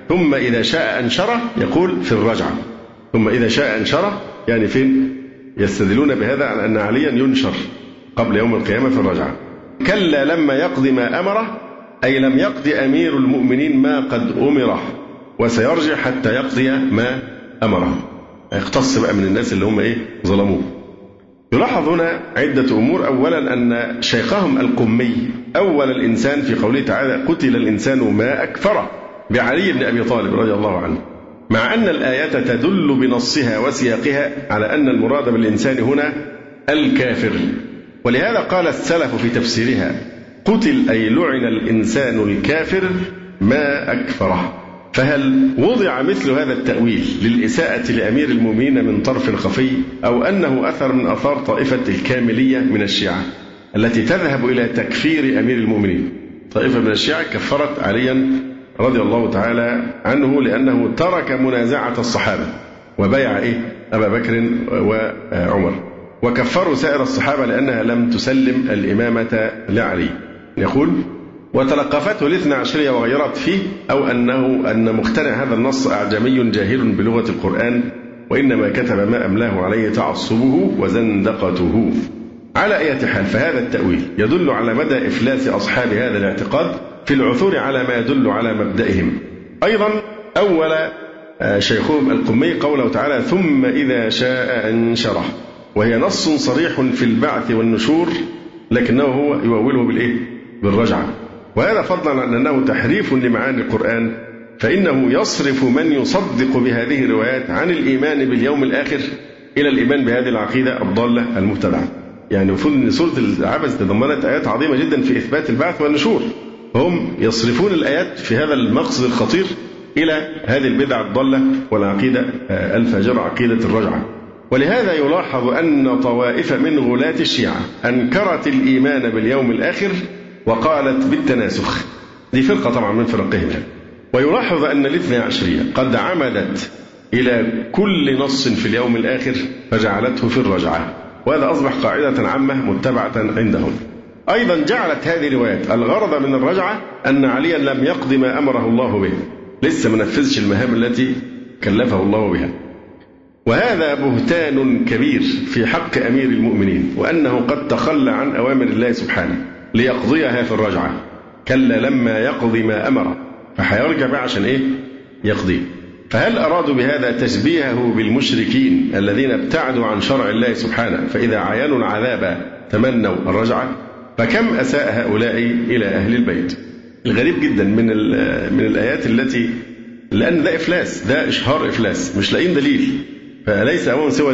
ثم إذا شاء أنشره يقول في الرجعة. ثم إذا شاء أنشره يعني فين؟ يستدلون بهذا على أن عليا ينشر قبل يوم القيامة في الرجعة. كلا لما يقضي ما أمره، أي لم يقضي أمير المؤمنين ما قد أمره، وسيرجع حتى يقضي ما أمره. يختص بقى من الناس اللي هم ظلموه. يلاحظ هنا عدة أمور. أولا أن شيخهم القمي أول الإنسان في قوله تعالى قتل الإنسان ما أكفره بعلي بن أبي طالب رضي الله عنه، مع أن الآية تدل بنصها وسياقها على أن المراد بالإنسان هنا الكافر. ولهذا قال السلف في تفسيرها قتل أي لعن الإنسان الكافر ما أكفره. فهل وضع مثل هذا التأويل للإساءة لأمير المؤمنين من طرف خفي، أو أنه أثر من أثار طائفة الكاملية من الشيعة التي تذهب إلى تكفير أمير المؤمنين؟ طائفة من الشيعة كفرت عليا رضي الله تعالى عنه لأنه ترك منازعة الصحابة وبيع أبا بكر وعمر، وكفروا سائر الصحابة لأنها لم تسلم الإمامة لعلي. يقول وتلقفته الاثنى عشرية وغيرت فيه، أو أن مخترع هذا النص أعجمي جاهل بلغة القرآن، وإنما كتب ما أملاه عليه تعصبه وزندقته. على أي حال فهذا التأويل يدل على مدى إفلاس أصحاب هذا الاعتقاد في العثور على ما يدل على مبدئهم. أيضا أول شيخهم القمي قوله تعالى ثم إذا شاء أنشره، وهي نص صريح في البعث والنشور، لكنه هو يؤوله بالرجعة. وهذا فضلا عن أنه تحريف لمعاني القرآن، فإنه يصرف من يصدق بهذه الروايات عن الإيمان باليوم الآخر إلى الإيمان بهذه العقيدة الضالة المبتدعة. يعني المفروض أن سورة العبس تضمنت آيات عظيمة جدا في إثبات البعث والنشور، هم يصرفون الآيات في هذا المقصد الخطير إلى هذه البدعة الضالة والعقيدة الفاجرة، عقيدة الرجعة. ولهذا يلاحظ أن طوائف من غلاة الشيعة أنكرت الإيمان باليوم الآخر وقالت بالتناسخ. دي فرقة طبعا من فرقهم. ويلاحظ أن الاثنى عشرية قد عمدت إلى كل نص في اليوم الآخر فجعلته في الرجعة، وهذا أصبح قاعدة عامة متبعة عندهم. أيضا جعلت هذه الروايات الغرض من الرجعة أن عليا لم يقض ما أمره الله به، لسه ما نفذش المهام التي كلفه الله بها. وهذا بهتان كبير في حق أمير المؤمنين، وأنه قد تخلى عن أوامر الله سبحانه ليقضيها في الرجعة. كلا لما يقضي ما أمره، فحيرجع بقى عشان يقضي. فهل أرادوا بهذا تشبيهه بالمشركين الذين ابتعدوا عن شرع الله سبحانه فإذا عاينوا العذاب تمنوا الرجعة؟ فكم أساء هؤلاء إلى أهل البيت. الغريب جدا من الآيات التي، لأن ده إفلاس، ده إشهار إفلاس، مش لاقين دليل، فليس أمام سوى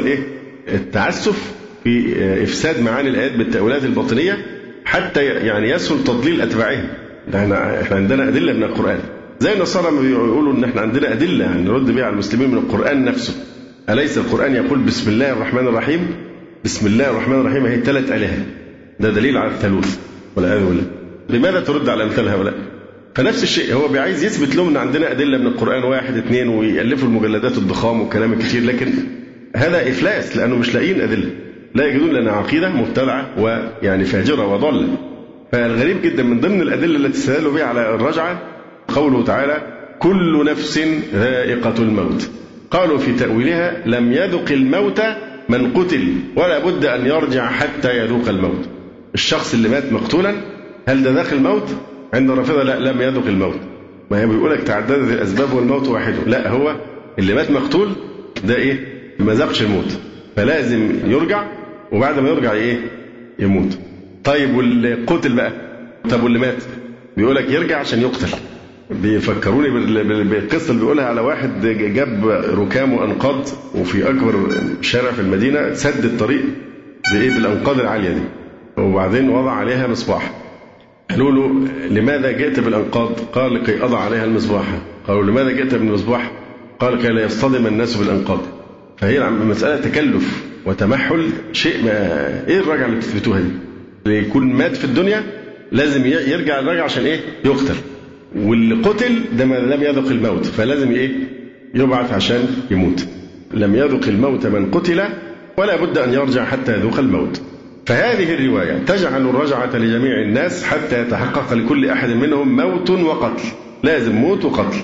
التعسف في إفساد معاني الآيات بالتأويلات الباطنية حتى يعني يسهل تضليل أتباعهم. احنا عندنا أدلة من القرآن، زي النصارى ما بيقولوا إن احنا عندنا أدلة نرد بها على المسلمين من القرآن نفسه. أليس القرآن يقول بسم الله الرحمن الرحيم؟ بسم الله الرحمن الرحيم هي 3 آلهة، ده دليل على الثالوث والعياذ بالله. لماذا ترد على أمثال هؤلاء؟ فنفس الشيء هو عايز يثبت لهم ان عندنا ادله من القران 1 2 ويالفوا المجلدات الضخام والكلام الكثير، لكن هذا افلاس لانه مش لاقيين ادله، لا يجدون لنا عقيده مبتدعه ويعني فاجره وضاله. فالغريب جدا من ضمن الادله التي استدلوا بها على الرجعه قوله تعالى كل نفس ذائقه الموت. قالوا في تاويلها لم يذق الموت من قتل ولا بد ان يرجع حتى يذوق الموت. الشخص اللي مات مقتولا هل ده ذاق الموت؟ عند الرافضة لا، لم يذق الموت. ما هي بيقولك تعددت الأسباب والموت واحده، لا، هو اللي مات مقتول ده ما ذاقش الموت، فلازم يرجع، وبعد ما يرجع يموت. طيب واللي قتل بقى، طب واللي مات بيقولك يرجع عشان يقتل. بيفكروني بالقصة اللي بيقولها على واحد جاب ركام وأنقاض وفي أكبر شارع في المدينة سد الطريق بالأنقاض العالية دي، وبعدين وضع عليها مصباح. قالوا له لماذا جئت بالأنقاض؟ قال كي أضع عليها المصباح. قالوا لماذا جئت بالمصباح؟ قال كي لا يصطدم الناس بالأنقاض. فهي المسألة تكلف وتمحل، شيء ما الرجعة اللي بتثبتوها دي؟ اللي يكون مات في الدنيا لازم يرجع الرجعة عشان يقتل، واللي قتل ده ما لم يذق الموت فلازم يبعث عشان يموت. لم يذق الموت من قتل ولا بد أن يرجع حتى يذوق الموت. فهذه الرواية تجعل الرجعة لجميع الناس حتى يتحقق لكل أحد منهم موت وقتل، لازم موت وقتل.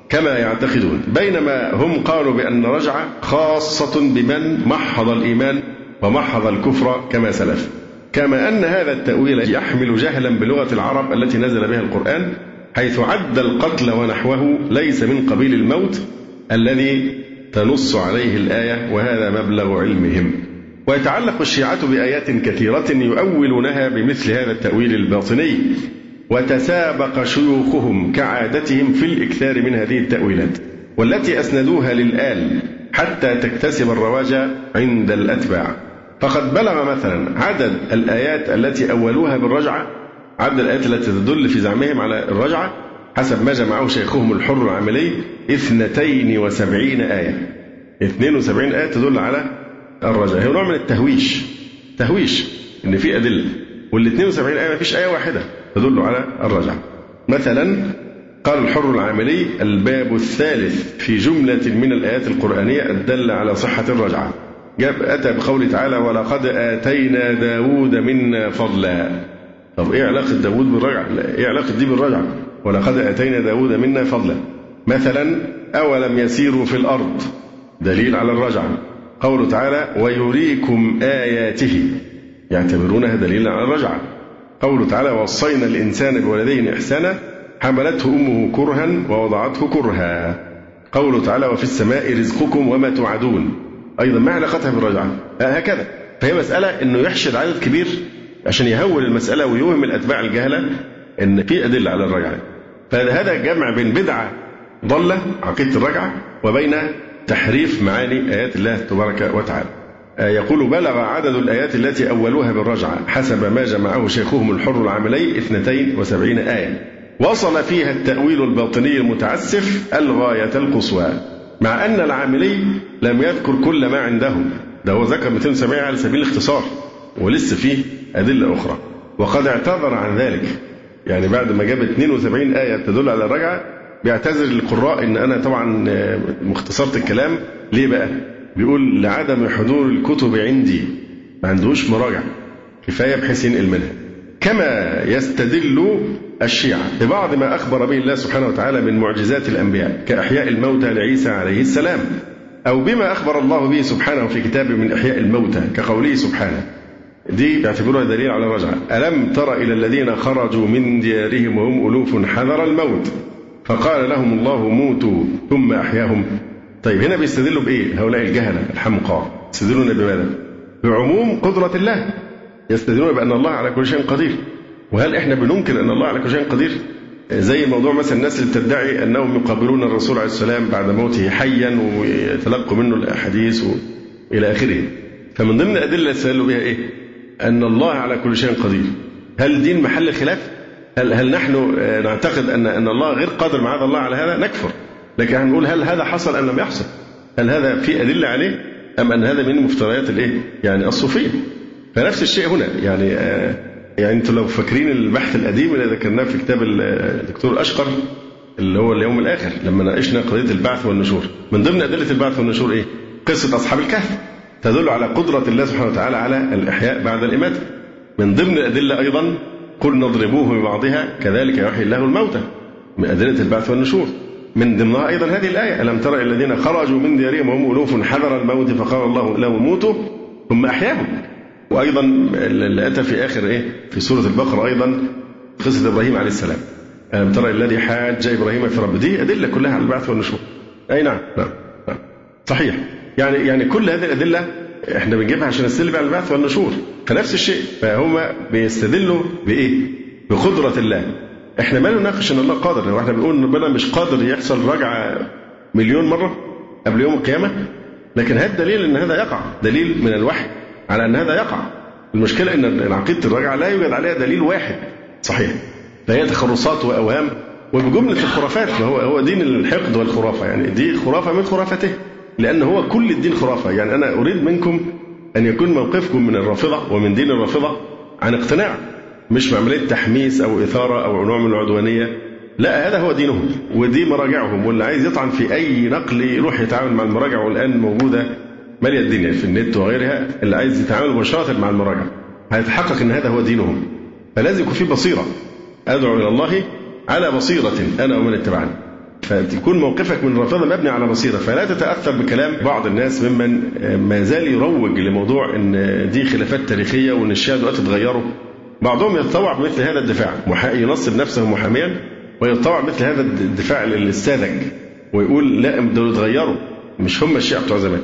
كما يعتقدون، بينما هم قالوا بأن الرجعة خاصة بمن محض الإيمان ومحض الكفر كما سلف. كما أن هذا التأويل يحمل جهلا بلغة العرب التي نزل بها القرآن، حيث عد القتل ونحوه ليس من قبيل الموت الذي تنص عليه الآية، وهذا مبلغ علمهم. ويتعلق الشيعة بآيات كثيرة يؤولونها بمثل هذا التأويل الباطني، وتسابق شيوخهم كعادتهم في الإكثار من هذه التأويلات، والتي أسندوها للآل حتى تكتسب الرواج عند الأتباع. فقد بلغ مثلا عدد الآيات التي أولوها بالرجعة، عدد الآيات التي تدل في زعمهم على الرجعة حسب ما جمعه شيخهم الحر العاملي 72 آية. 72 آية تدل على الرجعة. هو نوع من تهويش إن في أدلة، وال 72 آية ما فيش آية واحدة تدل على الرجعة. مثلا قال الحر العاملي: الباب الثالث في جملة من الآيات القرآنية الدالة على صحة الرجعة، أتى بقوله تعالى: ولقد آتينا داود منا فضلا. طب إيه علاقة داود بالرجعة؟ إيه علاقة دي بالرجعة؟ ولقد آتينا داود منا فضلا. مثلا أولم يسيروا في الأرض، دليل على الرجعة. قوله تعالى: ويريكم آياته، يعتبرونها دليلا على الرجعة. قوله تعالى: وصينا الإنسان بوالديه إحسانا حملته أمه كرها ووضعته كرها. قوله تعالى: وفي السماء رزقكم وما توعدون، أيضا ما علاقتها بالرجعة؟ هكذا. فهي مسألة أنه يحشد عدد كبير عشان يهول المسألة ويوهم الأتباع الجهلة أن في أدلة على الرجعة. فهذا جمع بين بدعة ضلة عقيدة الرجعة وبين تحريف معاني آيات الله تبارك وتعالى. يقول: بلغ عدد الآيات التي أولوها بالرجعة حسب ما جمعه شيخهم الحر العاملي 72 آية، وصل فيها التأويل الباطني المتعسف الغاية القصوى، مع أن العاملي لم يذكر كل ما عندهم، ده هو ذكر 270 على سبيل الاختصار، ولسه فيه أدلة أخرى. وقد اعتذر عن ذلك، يعني بعد ما جاب 72 آية تدل على الرجعة بيعتذر للقراء إن أنا طبعا مختصرت الكلام. ليه بقى؟ بيقول: لعدم حضور الكتب عندي، ما عندوش مراجع كفاية بحيث ينقل منها. كما يستدل الشيعة ببعض ما أخبر به الله سبحانه وتعالى من معجزات الأنبياء كإحياء الموتى لعيسى عليه السلام، أو بما أخبر الله به سبحانه في كتابه من إحياء الموتى كقوله سبحانه، دي يعتبروها دليل على الرجعة. ألم تر إلى الذين خرجوا من ديارهم وهم ألوف حذر الموت فقال لهم الله موتوا ثم أحياهم. طيب هنا بيستدلوا بإيه هؤلاء الجهلة الحمقى؟ يستدلون بماذا؟ بعموم قدرة الله، يستدلون بأن الله على كل شيء قدير. وهل إحنا بننكر أن الله على كل شيء قدير؟ زي موضوع مثلا الناس اللي بتدعي أنهم يقابلون الرسول عليه السلام بعد موته حيا ويتلقوا منه الأحاديث إلى آخره. فمن ضمن الأدلة يستدلوا بها إيه؟ أن الله على كل شيء قدير. هل دين محل خلاف؟ هل نحن نعتقد أن الله غير قادر معاذ الله على هذا؟ نكفر. لكن هنقول هل هذا حصل أم لم يحصل؟ هل هذا في أدلة عليه أم أن هذا من مفتريات الإيه؟ يعني الصوفية. فنفس الشيء هنا، يعني أنتم لو فاكرين البحث القديم اللي ذكرناه في كتاب الدكتور الأشقر اللي هو اليوم الآخر، لما ناقشنا قضية البعث والنشور، من ضمن أدلة البعث والنشور إيه؟ قصة أصحاب الكهف تدل على قدرة الله سبحانه وتعالى على الإحياء بعد الإماتة. من ضمن الأدلة أيضا قل نضربوه ببعضها كذلك يحيي الله الموتى، من أدلة البعث والنشور. من ضمنها أيضا هذه الآية: ألم تر إلى الذين خرجوا من ديارهم وهم ألوف حذر الموت فقال الله لهم موتوا ثم أحياهم. وأيضا اللي أتى في آخر في سورة البقرة أيضا قصة إبراهيم عليه السلام: ألم تر الذي حاج إبراهيم في ربه. دي أدلة كلها على البعث والنشور. أي نعم صحيح. يعني كل هذه الأدلة احنا بنجيبها عشان نستدل على البعث والنشور. فنفس الشيء، فهم بيستدلوا بإيه؟ بقدرة الله. احنا ما نناقش ان الله قادر، واحنا بنقول ان ربنا مش قادر يحصل رجعة مليون مرة قبل يوم القيامة، لكن هذا دليل ان هذا يقع، دليل من الوحي على ان هذا يقع. المشكلة ان عقيدة الرجعة لا يوجد عليها دليل واحد صحيح، فهي تخرصات واوهام وبجملة الخرافات. هو دين الحقد والخرافة، يعني دي خرافة من خرافته، لأن هو كل الدين خرافة. يعني أنا أريد منكم أن يكون موقفكم من الرافضة ومن دين الرافضة عن اقتناع، مش عملية تحميس أو إثارة أو نوع من العدوانية. لا، هذا هو دينهم ودي مراجعهم، واللي عايز يطعن في أي نقل يروح يتعامل مع المراجع، والآن موجودة مالية الدنيا في النت وغيرها. اللي عايز يتعامل مباشرة مع المراجع هيتحقق أن هذا هو دينهم. فلازم يكون في بصيرة. أدعو إلى الله على بصيرة أنا ومن اتبعني. فتكون موقفك من الرافضة مبني على بصيرة، فلا تتأثر بكلام بعض الناس ممن ما زال يروج لموضوع ان دي خلافات تاريخية وان الشيعة دلوقتي اتغيروا. بعضهم يتطوع بمثل هذا الدفاع، ينصب نفسه محاميا ويتطوع مثل هذا الدفاع الساذج ويقول لا دول اتغيروا مش هم الشيعة بتوع زمان.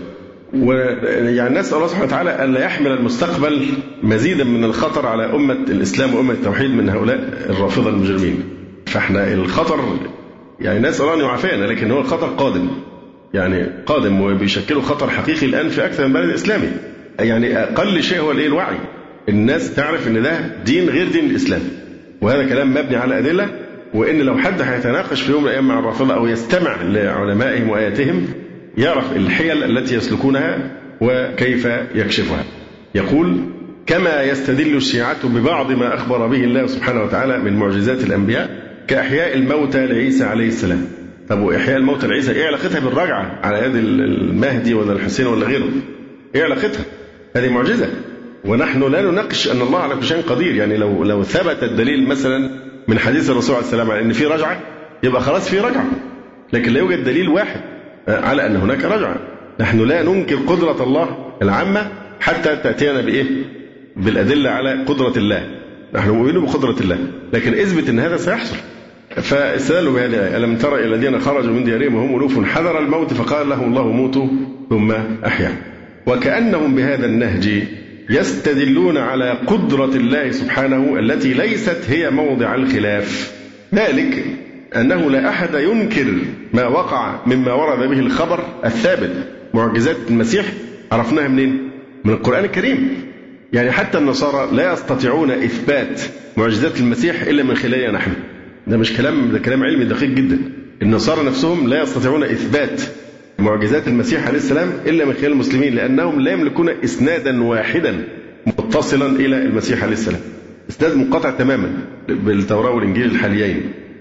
ويعني نسأل الله سبحانه وتعالى أن لا يحمل المستقبل مزيدا من الخطر على أمة الإسلام وأمة التوحيد من هؤلاء الرافضة المجرمين. فاحنا الخطر يعني نسأل الله أن يعافينا، لكن هو الخطر قادم، يعني قادم وبيشكلوا خطر حقيقي الآن في أكثر من بلد إسلامي. يعني أقل شيء هو الوعي، الناس تعرف أن ده دين غير دين الإسلام، وهذا كلام مبني على أدلة. وإن لو حد هيتناقش في يوم من الأيام مع الرافضة أو يستمع لعلمائهم وآياتهم يعرف الحيل التي يسلكونها وكيف يكشفها. يقول كما يستدل الشيعة ببعض ما أخبر به الله سبحانه وتعالى من معجزات الأنبياء كإحياء الموتى لعيسى عليه السلام. طب وإحياء الموتى لعيسى إيه علاقتها بالرجعة على يد المهدي ولا الحسين ولا غيره؟ إيه علاقتها؟ هذه معجزة، ونحن لا نناقش أن الله على كل شيء قدير. يعني لو ثبت الدليل مثلا من حديث الرسول عليه السلام على أن في رجعة يبقى خلاص في رجعة، لكن لا يوجد دليل واحد على أن هناك رجعة. نحن لا ننكر قدرة الله العامة حتى تأتينا بإيه؟ بالأدلة على قدرة الله. نحن مؤمنون بقدرة الله، لكن اثبت أن هذا سيحصل. فاستدلوا بهذه الآية ألم تر إلى الذين خرجوا من ديارهم وهم ألوف حذر الموت فقال لهم الله موتوا ثم أحيا. وكأنهم بهذا النهج يستدلون على قدرة الله سبحانه التي ليست هي موضع الخلاف، ذلك أنه لا أحد ينكر ما وقع مما ورد به الخبر الثابت. معجزات المسيح عرفناها منين؟ من القرآن الكريم. يعني حتى النصارى لا يستطيعون إثبات معجزات المسيح إلا من خلالنا نحن. ده مش كلام، ده كلام علمي دقيق جدا. النصارى نفسهم لا يستطيعون إثبات معجزات المسيح عليه السلام إلا من خلال المسلمين، لأنهم لا يملكون إسنادا واحدا متصلا إلى المسيح عليه السلام، إسناد منقطع تماما بالتوراة والإنجيل الحاليين.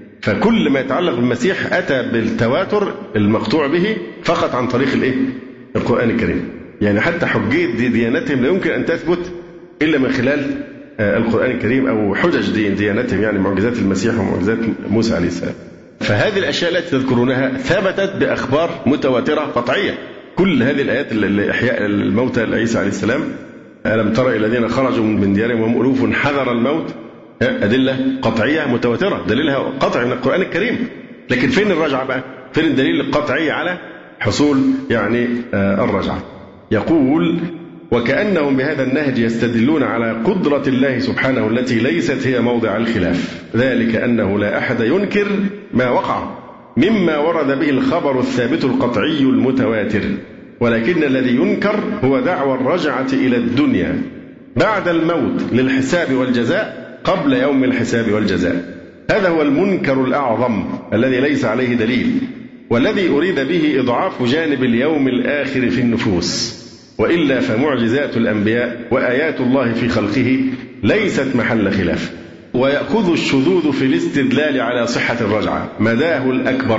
فكل ما يتعلق بالمسيح أتى بالتواتر المقطوع به فقط عن طريق القرآن الكريم. يعني حتى حجية ديانتهم لا يمكن أن تثبت إلا من خلال القرآن الكريم أو حجج ديانتهم، يعني معجزات المسيح ومعجزات موسى عليه السلام. فهذه الأشياء التي تذكرونها ثبتت بأخبار متواترة قطعية. كل هذه الآيات لإحياء الموتى لعيسى عليه السلام، ألم تر إلى الذين خرجوا من ديارهم وهم ألوف حذر الموت، أدلة قطعية متواترة دليلها قطعي من القرآن الكريم. لكن فين الرجعة بقى؟ فين الدليل القطعي على حصول يعني الرجعة؟ يقول وكأنهم بهذا النهج يستدلون على قدرة الله سبحانه التي ليست هي موضع الخلاف، ذلك أنه لا أحد ينكر ما وقع مما ورد به الخبر الثابت القطعي المتواتر، ولكن الذي ينكر هو دعوى الرجعة إلى الدنيا بعد الموت للحساب والجزاء قبل يوم الحساب والجزاء. هذا هو المنكر الأعظم الذي ليس عليه دليل، والذي أريد به إضعاف جانب اليوم الآخر في النفوس. وإلا فمعجزات الأنبياء وآيات الله في خلقه ليست محل خلاف. ويأخذ الشذوذ في الاستدلال على صحة الرجعة مداه الأكبر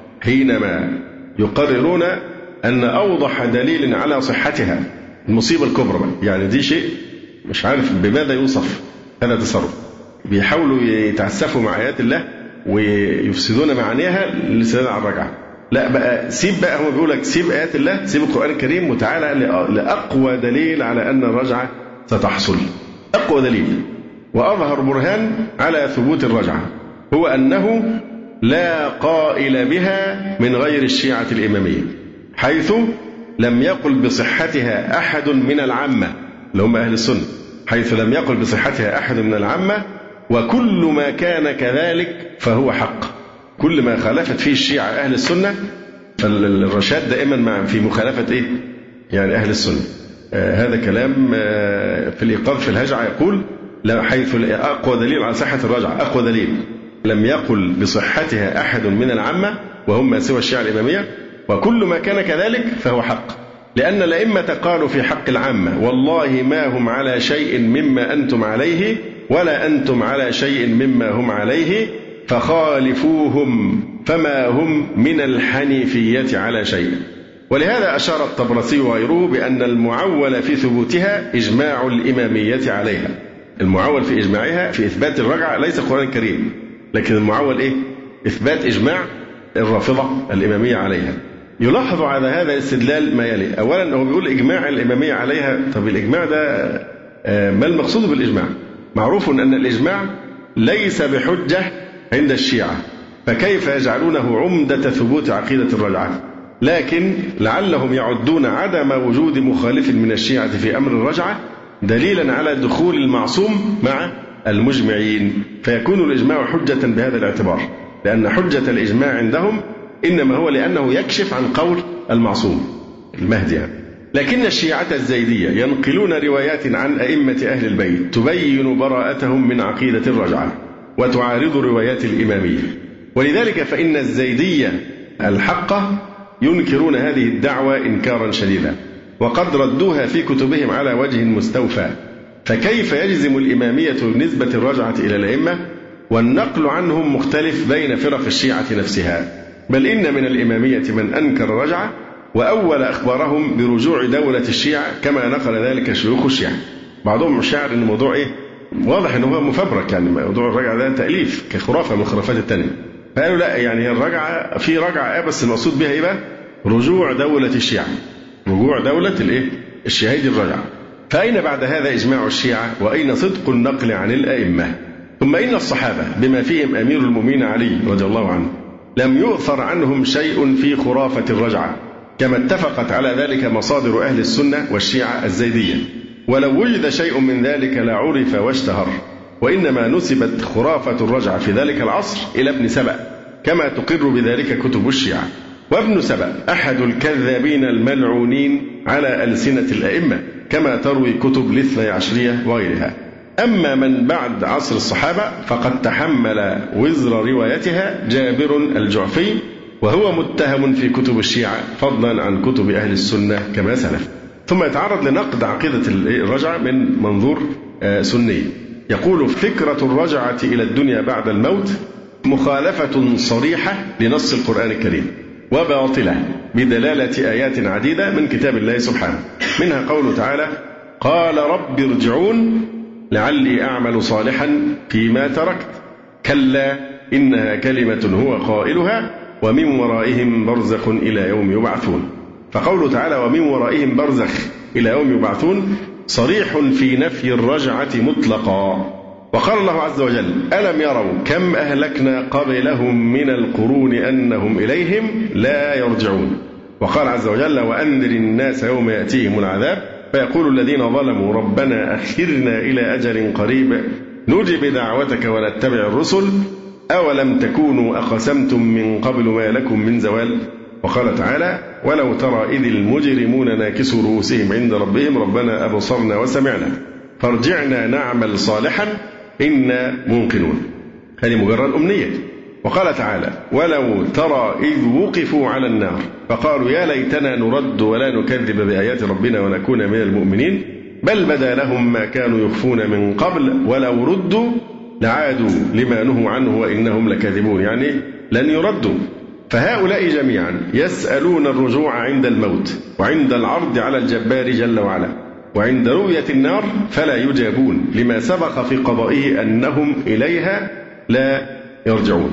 حينما يقررون أن أوضح دليل على صحتها المصيبة الكبرى. يعني دي شيء مش عارف بماذا يوصف هذا التصرف. بيحاولوا يتعسفوا مع آيات الله ويفسدون معانيها للاستدلال على الرجعة. لا بقى سيب بقى، هو بيقول لك سيب آيات الله، سيب القرآن الكريم وتعالى لأقوى دليل على أن الرجعة ستحصل. أقوى دليل وأظهر برهان على ثبوت الرجعة هو أنه لا قائل بها من غير الشيعة الإمامية، حيث لم يقل بصحتها أحد من العامة اللي هم أهل السنة، حيث لم يقل بصحتها أحد من العامة، وكل ما كان كذلك فهو حق. كل ما خالفت فيه الشيعة أهل السنة فالرشاد دائما في مخالفة يعني أهل السنة. هذا كلام في الإيقاظ في الهجعة يقول حيث أقوى دليل على صحة الرجعة، أقوى دليل لم يقل بصحتها أحد من العامة وهم ما سوى الشيعة الإمامية، وكل ما كان كذلك فهو حق، لأن الأئمة قالوا في حق العامة والله ما هم على شيء مما أنتم عليه ولا أنتم على شيء مما هم عليه فخالفوهم فما هم من الحنيفية على شيء. ولهذا أشار الطبرسي وغيره بأن المعول في ثبوتها إجماع الإمامية عليها. المعول في إجماعها في إثبات الرجعة ليس القرآن الكريم، لكن المعول إثبات إجماع الرافضة الإمامية عليها. يلاحظ على هذا الاستدلال ما يلي. أولا هو بيقول إجماع الإمامية عليها. طب الإجماع ده ما المقصود بالإجماع؟ معروف أن الإجماع ليس بحجة عند الشيعة، فكيف يجعلونه عمدة ثبوت عقيدة الرجعة؟ لكن لعلهم يعدون عدم وجود مخالف من الشيعة في أمر الرجعة دليلا على دخول المعصوم مع المجمعين، فيكون الإجماع حجة بهذا الاعتبار، لأن حجة الإجماع عندهم إنما هو لأنه يكشف عن قول المعصوم المهدي. لكن الشيعة الزيدية ينقلون روايات عن أئمة أهل البيت تبين براءتهم من عقيدة الرجعة وتعارض روايات الإمامية، ولذلك فإن الزيدية الحقة ينكرون هذه الدعوة إنكارا شديدا، وقد ردوها في كتبهم على وجه مستوفى. فكيف يجزم الإمامية نسبة الرجعة إلى الأئمة والنقل عنهم مختلف بين فرق الشيعة نفسها؟ بل إن من الإمامية من أنكر الرجعة وأول أخبارهم برجوع دولة الشيعة كما نقل ذلك شيوخ الشيعة. بعضهم شعر أن الموضوع واضح أنه هو مفبرك، يعني موضوع الرجعة ده تأليف كخرافة من خرافات التانية. فقالوا لا، يعني الرجعة في رجعة بس المقصود بها بقى رجوع دولة الشيعة، رجوع دولة الشيعة دي الرجعة. فأين بعد هذا إجماع الشيعة وأين صدق النقل عن الأئمة؟ ثم إن الصحابة بما فيهم أمير المؤمنين علي رضي الله عنه لم يؤثر عنهم شيء في خرافة الرجعة، كما اتفقت على ذلك مصادر أهل السنة والشيعة الزيدية، ولو وجد شيء من ذلك لعرف واشتهر، وإنما نسبت خرافة الرجعة في ذلك العصر إلى ابن سبأ كما تقر بذلك كتب الشيعة. وابن سبأ أحد الكذابين الملعونين على ألسنة الأئمة كما تروي كتب الاثني عشرية وغيرها. أما من بعد عصر الصحابة فقد تحمل وزر روايتها جابر الجعفي، وهو متهم في كتب الشيعة فضلا عن كتب أهل السنة كما سلف. ثم يتعرض لنقد عقيدة الرجعة من منظور سني. يقول: فكرة الرجعة إلى الدنيا بعد الموت مخالفة صريحة لنص القرآن الكريم وباطلة بدلالة آيات عديدة من كتاب الله سبحانه، منها قوله تعالى: قال رب ارجعون لعلي أعمل صالحا فيما تركت كلا إنها كلمة هو قائلها ومن ورائهم برزخ إلى يوم يبعثون. فقوله تعالى ومن ورائهم برزخ إلى يوم يبعثون صريح في نفي الرجعة مطلقا. وقال الله عز وجل: ألم يروا كم أهلكنا قبلهم من القرون أنهم إليهم لا يرجعون. وقال عز وجل: وأنذر الناس يوم يأتيهم العذاب فيقول الذين ظلموا ربنا أخرنا إلى أجل قريب نجب دعوتك ونتبع الرسل أولم تكونوا أقسمتم من قبل ما لكم من زوال. وقال تعالى: ولو ترى إذ المجرمون ناكسوا رؤوسهم عند ربهم ربنا أبصرنا وسمعنا فارجعنا نعمل صالحا إنا موقنون. هذه مجرد أمنية. وقال تعالى: ولو ترى إذ وقفوا على النار فقالوا يا ليتنا نرد ولا نكذب بآيات ربنا ونكون من المؤمنين بل بدا لهم ما كانوا يخفون من قبل ولو ردوا لعادوا لما نهوا عنه وإنهم لكاذبون، يعني لن يردوا. فهؤلاء جميعا يسألون الرجوع عند الموت وعند العرض على الجبار جل وعلا، وعند رؤية النار فلا يجابون لما سبق في قضائه أنهم إليها لا يرجعون.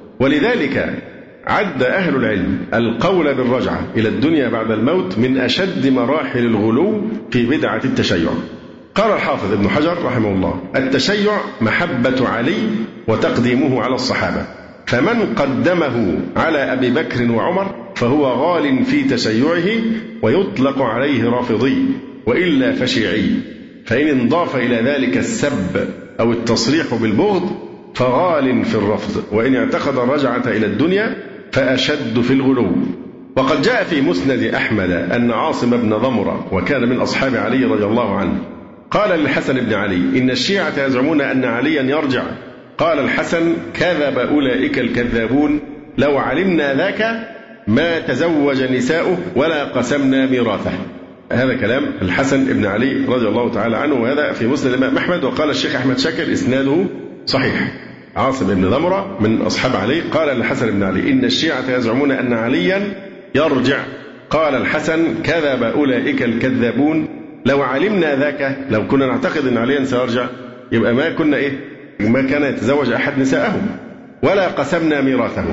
ولذلك عد أهل العلم القول بالرجعة إلى الدنيا بعد الموت من أشد مراحل الغلو في بدعة التشيع. قال الحافظ ابن حجر رحمه الله: التشيع محبة علي وتقديمه على الصحابة، فمن قدمه على أبي بكر وعمر فهو غال في تشيعه ويطلق عليه رافضي، وإلا فشيعي، فإن انضاف إلى ذلك السب أو التصريح بالبغض فغال في الرفض، وإن اعتقد الرجعة إلى الدنيا فأشد في الغلو. وقد جاء في مسند أحمد أن عاصم بن ضمرة وكان من أصحاب علي رضي الله عنه قال للحسن بن علي: إن الشيعة يزعمون أن عليا يرجع. قال الحسن: كذب أولئك الكذابون، لو علمنا ذاك ما تزوج نساؤه ولا قسمنا ميراثه. هذا كلام الحسن بن علي رضي الله تعالى عنه، وهذا في مسند الإمام أحمد. وقال الشيخ أحمد شاكر إسناده صحيح. عاصم بن ضمرة من أصحاب علي قال للحسن بن علي: إن الشيعة يزعمون أن عليا يرجع. قال الحسن: كذب أولئك الكذابون، لو علمنا ذاك، لو كنا نعتقد أن عليا سيرجع يبقى ما كنا ما كان يتزوج أحد نساءه ولا قسمنا ميراثه.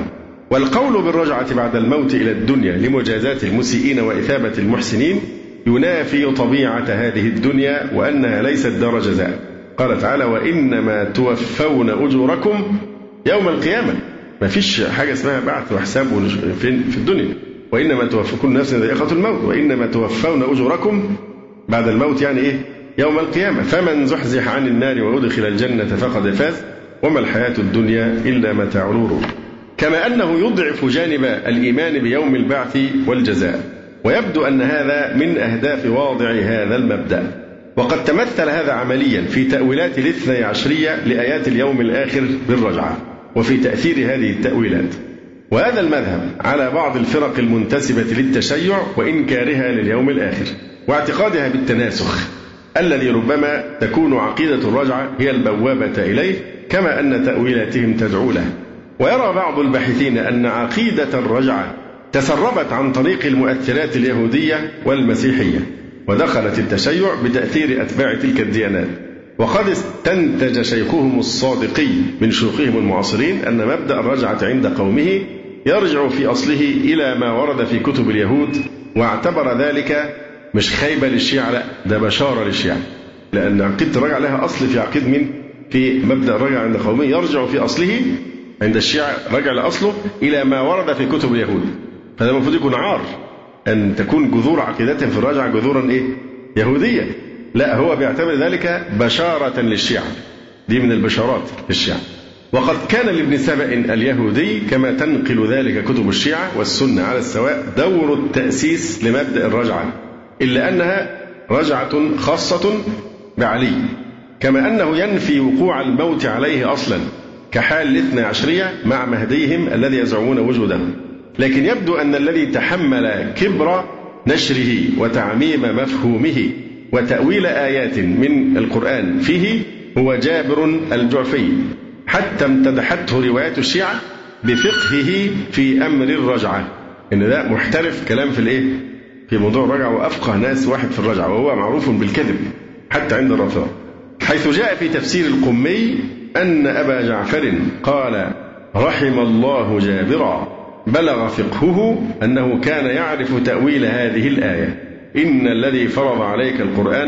والقول بالرجعة بعد الموت إلى الدنيا لمجازاة المسيئين وإثابة المحسنين ينافي طبيعة هذه الدنيا وأنها ليست دار جزاء. قال تعالى: وإنما توفون أجوركم يوم القيامة. ما فيش حاجة اسمها بعث وحساب في الدنيا. وإنما توفون، كل نفس ذائقة الموت، وإنما توفون أجوركم بعد الموت يعني إيه؟ يوم القيامة. فمن زحزح عن النار وأدخل الجنة فقد فاز وما الحياة الدنيا إلا متاع الغرور. كما أنه يضعف جانب الإيمان بيوم البعث والجزاء، ويبدو أن هذا من أهداف واضع هذا المبدأ. وقد تمثل هذا عمليا في تأويلات الاثني عشرية لآيات اليوم الآخر بالرجعة، وفي تأثير هذه التأويلات. وهذا المذهب على بعض الفرق المنتسبة للتشيع وإنكارها لليوم الآخر واعتقادها بالتناسخ الذي ربما تكون عقيدة الرجعة هي البوابة إليه، كما أن تأويلاتهم تدعو له. ويرى بعض الباحثين أن عقيدة الرجعة تسربت عن طريق المؤثرات اليهودية والمسيحية، ودخلت التشيع بتأثير أتباع تلك الديانات. وقد استنتج شيخهم الصادقي من شيوخهم المعاصرين أن مبدأ الرجعة عند قومه يرجع في أصله إلى ما ورد في كتب اليهود، واعتبر ذلك مش خيبة للشيعة، لا ده بشارة للشيعة، لأن عقيدة الرجعة لها أصل في عقيدة من في مبدأ الرجعة عند قومه يرجع في أصله عند الشيعة رجع لأصله إلى ما ورد في كتب اليهود. فهذا المفروض يكون عار أن تكون جذور عقيدتهم في الرجعة جذورا إيه؟ يهودية. لا، هو بيعتبر ذلك بشارة للشيعة، دي من البشارات للشيعة. وقد كان لابن سبأ اليهودي كما تنقل ذلك كتب الشيعة والسنة على السواء دور التأسيس لمبدأ الرجعة، إلا أنها رجعة خاصة بعلي، كما أنه ينفي وقوع الموت عليه أصلا كحال الاثنى عشرية مع مهديهم الذي يزعمون وجوده. لكن يبدو أن الذي تحمل كبر نشره وتعميم مفهومه وتأويل آيات من القرآن فيه هو جابر الجعفي، حتى امتدحته روايات الشيعة بفقهه في أمر الرجعة، إن ده محترف كلام في الإيه؟ في موضوع الرجعة، وأفقه ناس واحد في الرجعة، وهو معروف بالكذب حتى عند الرافضة، حيث جاء في تفسير القمي أن أبا جعفر قال: رحم الله جابرا، بلغ فقهه أنه كان يعرف تأويل هذه الآية: إن الذي فرض عليك القرآن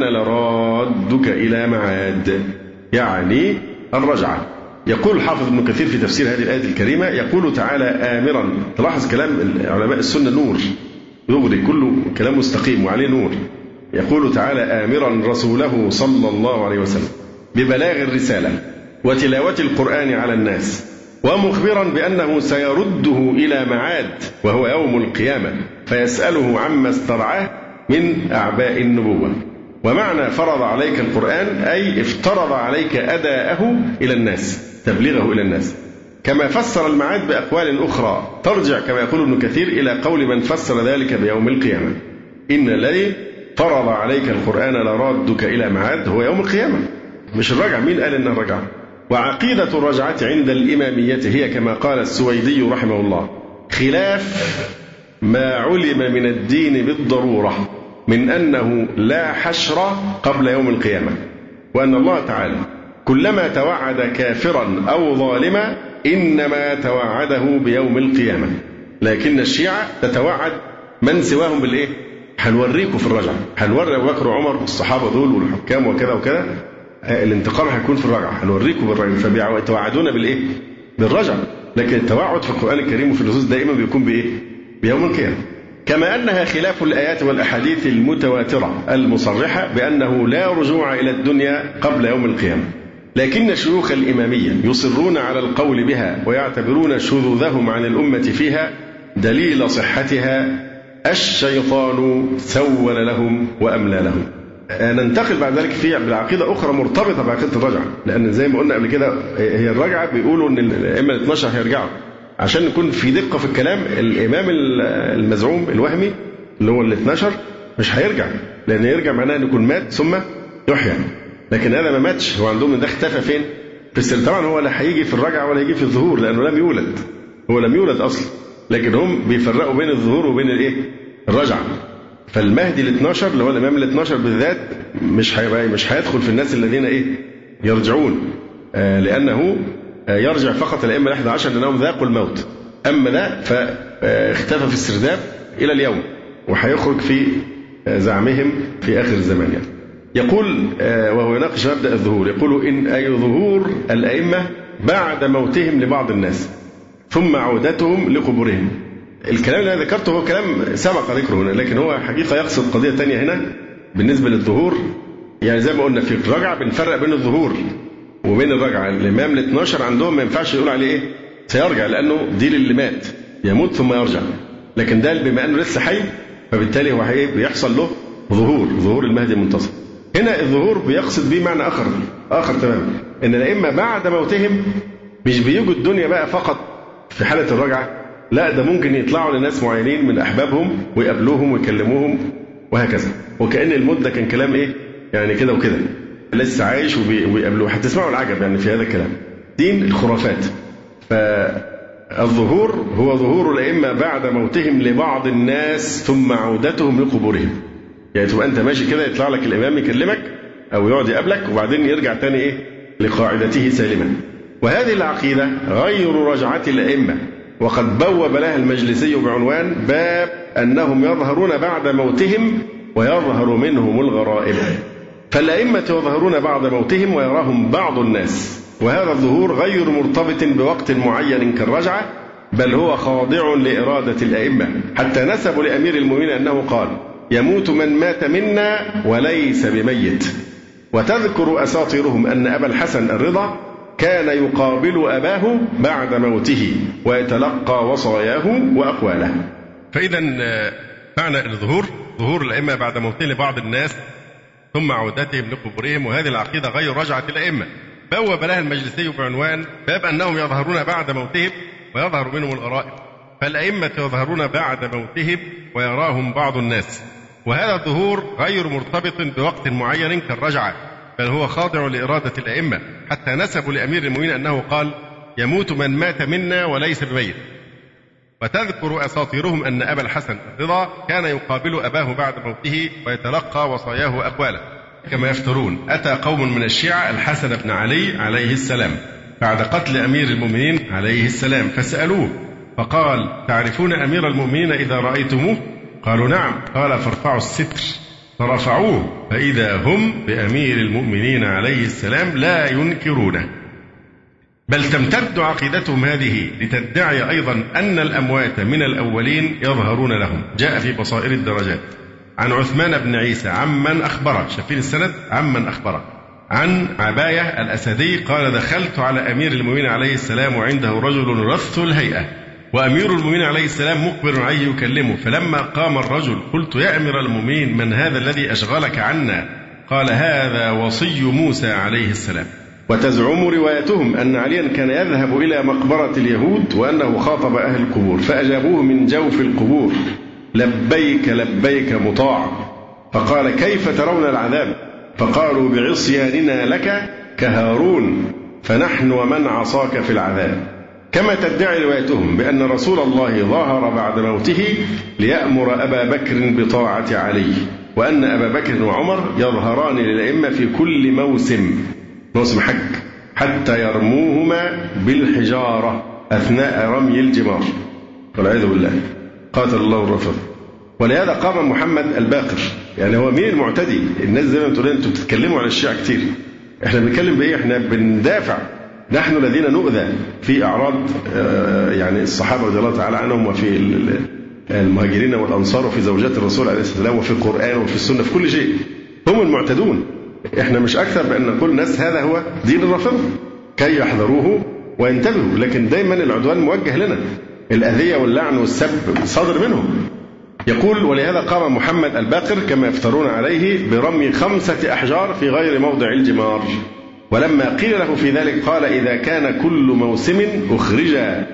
لرادك إلى معاد، يعني الرجعة. يقول الحافظ ابن كثير في تفسير هذه الآية الكريمة، يقول تعالى آمرا، تلاحظ كلام علماء السنة نور يغري، كله كلام مستقيم وعليه نور. يقول تعالى آمرا رسوله صلى الله عليه وسلم ببلاغ الرسالة وتلاوة القرآن على الناس، ومخبرا بأنه سيرده إلى معاد وهو يوم القيامة فيسأله عما استرعاه من أعباء النبوة. ومعنى فرض عليك القرآن أي افترض عليك أداءه إلى الناس، تبليغه إلى الناس، كما فسر المعاد بأقوال أخرى ترجع كما يقول ابن كثير إلى قول من فسر ذلك بيوم القيامة: إن الذي فرض عليك القرآن لرادك إلى معاد هو يوم القيامة، مش الرجعة. مين قال إنها الرجعة؟ وعقيدة الرجعة عند الإمامية هي كما قال السويدي رحمه الله: خلاف ما علم من الدين بالضرورة من أنه لا حشر قبل يوم القيامة، وأن الله تعالى كلما توعد كافرا أو ظالما إنما توعده بيوم القيامة، لكن الشيعة تتوعد من سواهم بالإيه؟ هنوريكم في الرجعة، هنوري أبو بكر وعمر والصحابة دول والحكام وكذا وكذا، الانتقام هيكون في الرجعة، هنوريكم بالرجعة، فبيتوعدون بالإيه؟ بالرجعة. لكن التوعد في القرآن الكريم وفي النصوص دائما بيكون بإيه؟ بيوم القيامة. كما أنها خلاف الآيات والأحاديث المتواترة المصرحة بأنه لا رجوع إلى الدنيا قبل يوم القيامة، لكن شيوخ الإمامية يصرون على القول بها ويعتبرون شذوذهم عن الأمة فيها دليل صحتها الشيطان سول لهم وأملى لهم. ننتقل بعد ذلك في بالعقيدة أخرى مرتبطة بعقيدة الرجعة، لأن زي ما قلنا قبل كده هي الرجعة بيقولوا أن الأئمة ال 12 هيرجعوا. عشان نكون في دقة في الكلام، الإمام المزعوم الوهمي اللي هو ال 12 مش هيرجع، لأن يرجع معناه أن يكون مات ثم يحيى، لكن هذا ما ماتش، هو عندهم ده اختفى فين؟ في السر. طبعا هو لا هيجي في الرجعة ولا هيجي في الظهور، لأنه لم يولد، هو لم يولد أصلا، لكن هم بيفرقوا بين الظهور وبين الإيه؟ الرجعة. فالمهدي ال 12 اللي هو الإمام ال 12 بالذات مش هيدخل في الناس الذين إيه؟ يرجعون، لأنه يرجع فقط الأئمة ال 11 لأنهم ذاقوا الموت. أما ده فاختفى في السرداب إلى اليوم، وهيخرج في زعمهم في آخر الزمان يعني. يقول وهو يناقش مبدأ الظهور، يقول إن أي ظهور الأئمة بعد موتهم لبعض الناس ثم عودتهم لقبورهم. الكلام اللي أنا ذكرته هو كلام سبق ذكره هنا، لكن هو حقيقة يقصد قضية تانية هنا بالنسبة للظهور. يعني زي ما قلنا في الرجعة بنفرق بين الظهور وبين الرجعة. الإمام ال 12 عندهم ما ينفعش يقول عليه إيه سيرجع، لأنه دي للي مات يموت ثم يرجع، لكن ده بما أنه لسه حي فبالتالي هو بيحصل له ظهور المهدي المنتصر. هنا الظهور بيقصد به معنى آخر تماما، إن الأئمة بعد موتهم مش بيجوا الدنيا بقى فقط في حالة الرجعة، لا ده ممكن يطلعوا لناس معينين من أحبابهم ويقابلوهم ويكلموهم وهكذا، وكأن المدة كان كلام إيه يعني كده وكده، لسه عايش ويقابلوه. هتسمعوا العجب يعني في هذا الكلام، دين الخرافات. فالظهور هو ظهور الأئمة بعد موتهم لبعض الناس ثم عودتهم لقبورهم. يعني تبقى أنت ماشي كده يطلع لك الإمام يكلمك أو يقعد يقابلك وبعدين يرجع تاني إيه لقاعدته سالما. وهذه العقيدة غير رجعة الأئمة، وقد بوب لها المجلسي بعنوان باب أنهم يظهرون بعد موتهم ويظهر منهم الغرائب. فالأئمة يظهرون بعد موتهم ويراهم بعض الناس، وهذا الظهور غير مرتبط بوقت معين كالرجعة، بل هو خاضع لإرادة الأئمة، حتى نسبوا لأمير المؤمنين أنه قال يموت من مات منا وليس بميت. وتذكر أساطيرهم أن أبا الحسن الرضا كان يقابل أباه بعد موته ويتلقى وصاياه وأقواله. فإذا معنى ظهور الأئمة بعد موتهم لبعض الناس ثم عودتهم لقبورهم، وهذه العقيدة غير رجعة الأئمة بوب لها المجلسي بعنوان باب أنهم يظهرون بعد موتهم ويظهر منهم الغرائب. فالأئمة يظهرون بعد موتهم ويراهم بعض الناس، وهذا الظهور غير مرتبط بوقت معين كالرجعة، بل هو خاضع لإرادة الأئمة، حتى نسبوا لأمير المؤمنين أنه قال يموت من مات منا وليس بميت. وتذكر أساطيرهم أن أبا الحسن الرضا كان يقابل أباه بعد موته ويتلقى وصاياه وأقواله، كما يفترون. أتى قوم من الشيعة الحسن بن علي عليه السلام بعد قتل أمير المؤمنين عليه السلام فسألوه فقال تعرفون أمير المؤمنين إذا رأيتموه؟ قالوا نعم. قال فارفعوا الستر، فرفعوه فإذا هم بأمير المؤمنين عليه السلام لا ينكرونه، بل تمتد عقيدتهم هذه لتدعي أيضا أن الأموات من الأولين يظهرون لهم. جاء في بصائر الدرجات عن عثمان بن عيسى عمن أخبره، شايفين السند، عمن أخبره، عن عباية الأسدي قال دخلت على أمير المؤمنين عليه السلام وعنده رجل رث الهيئة، وأمير المؤمنين عليه السلام مقبل عليه يكلمه، فلما قام الرجل قلت يا أمير المؤمنين من هذا الذي أشغلك عنا؟ قال هذا وصي موسى عليه السلام. وتزعم روايتهم أن عليا كان يذهب إلى مقبرة اليهود وأنه خاطب أهل القبور فأجابوه من جوف القبور لبيك لبيك مطاع، فقال كيف ترون العذاب؟ فقالوا بعصياننا لك كهارون فنحن ومن عصاك في العذاب. كما تدعي روايتهم بأن رسول الله ظهر بعد موته ليأمر أبا بكر بطاعة علي، وأن أبا بكر وعمر يظهران للأئمة في كل موسم حج حتى يرموهما بالحجارة أثناء رمي الجمار، والعياذ بالله، قاتل الله الرافض. ولهذا قام محمد الباقر، يعني هو مين المعتدي؟ الناس زي ما بتقول انتوا بتتكلموا على الشيعة كتير، احنا بنتكلم بايه؟ احنا بندافع، نحن الذين نؤذى في أعراض يعني الصحابة رضي الله تعالى عنهم، وفي المهاجرين والأنصار، وفي زوجات الرسول عليه الصلاة والسلام، وفي القرآن وفي السنة، في كل شيء هم المعتدون. احنا مش أكثر بأن نقول الناس هذا هو دين الرافضة كي يحذروه وينتبهوا، لكن دايما العدوان موجه لنا، الأذية واللعن والسب صادر منهم. يقول ولهذا قام محمد الباقر كما يفترون عليه برمي 5 أحجار في غير موضع الجمار، ولما قيل له في ذلك قال إذا كان كل موسم أخرج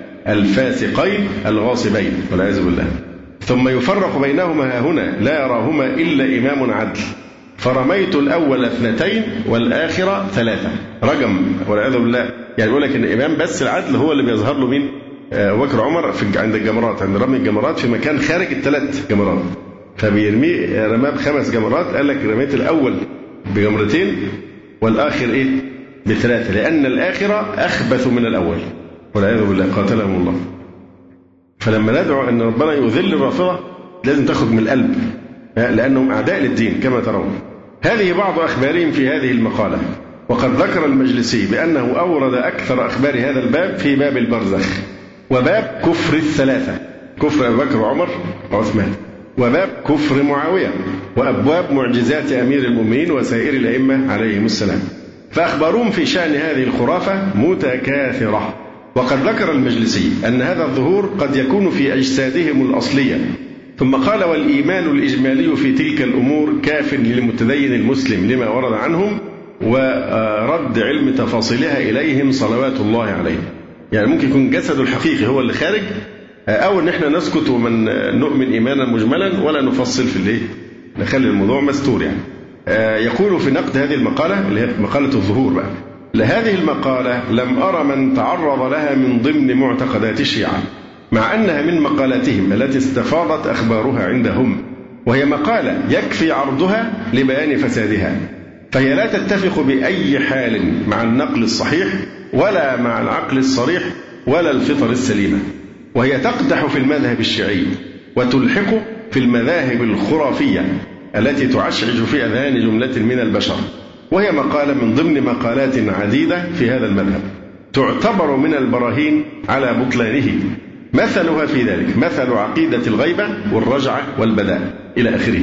الفاسقين الغاصبين، والعياذ بالله، ثم يفرق بينهما هنا لا يراهما إلا إمام عدل، فرميت الأول 2 والآخرة 3 رجم، والعياذ بالله. يعني يقول لك إن الإمام بس العدل هو اللي بيظهر له مين؟ أبو بكر عمر عند الجمرات، عند رمي الجمرات في مكان خارج ال3 جمرات، فبيرميه رماه ب5 جمرات، قال لك رميت الأول ب2 والآخر إيه؟ ب3، لأن الآخرة أخبث من الأول، والعياذ بالله، قاتلهم الله. فلما ندعو أن ربنا يذل الرافضة لازم تخرج من القلب، لأنهم أعداء للدين كما ترون. هذه بعض أخبارهم في هذه المقالة. وقد ذكر المجلسي بأنه أورد أكثر أخبار هذا الباب في باب البرزخ، وباب كفر الثلاثة، كفر أبي بكر وعمر وعثمان، وباب كفر معاوية، وأبواب معجزات أمير المؤمنين وسائر الأئمة عليهم السلام. فأخبارهم في شأن هذه الخرافة متكاثرة. وقد ذكر المجلسي أن هذا الظهور قد يكون في أجسادهم الأصلية، ثم قال: والإيمان الإجمالي في تلك الأمور كاف للمتدين المسلم لما ورد عنهم ورد علم تفاصيلها إليهم صلوات الله عليه. يعني ممكن يكون جسد الحقيقي هو اللي خارج، أو إن إحنا نسكت ومن نؤمن إيمانا مجملا ولا نفصل في الليل، نخلي الموضوع مستور. يعني يقول في نقد هذه المقالة اللي هي مقالة الظهور بقى: لهذه المقالة لم أرى من تعرض لها من ضمن معتقدات الشيعة، مع أنها من مقالاتهم التي استفاضت أخبارها عندهم، وهي مقالة يكفي عرضها لبيان فسادها، فهي لا تتفق بأي حال مع النقل الصحيح ولا مع العقل الصريح ولا الفطر السليمة، وهي تقدح في المذهب الشيعي وتلحق في المذاهب الخرافية التي تعشعش في أذهان جملة من البشر، وهي مقالة من ضمن مقالات عديدة في هذا المذهب تعتبر من البراهين على بطلانه. مثلها في ذلك مثل عقيدة الغيبة والرجعة والبداء إلى آخره.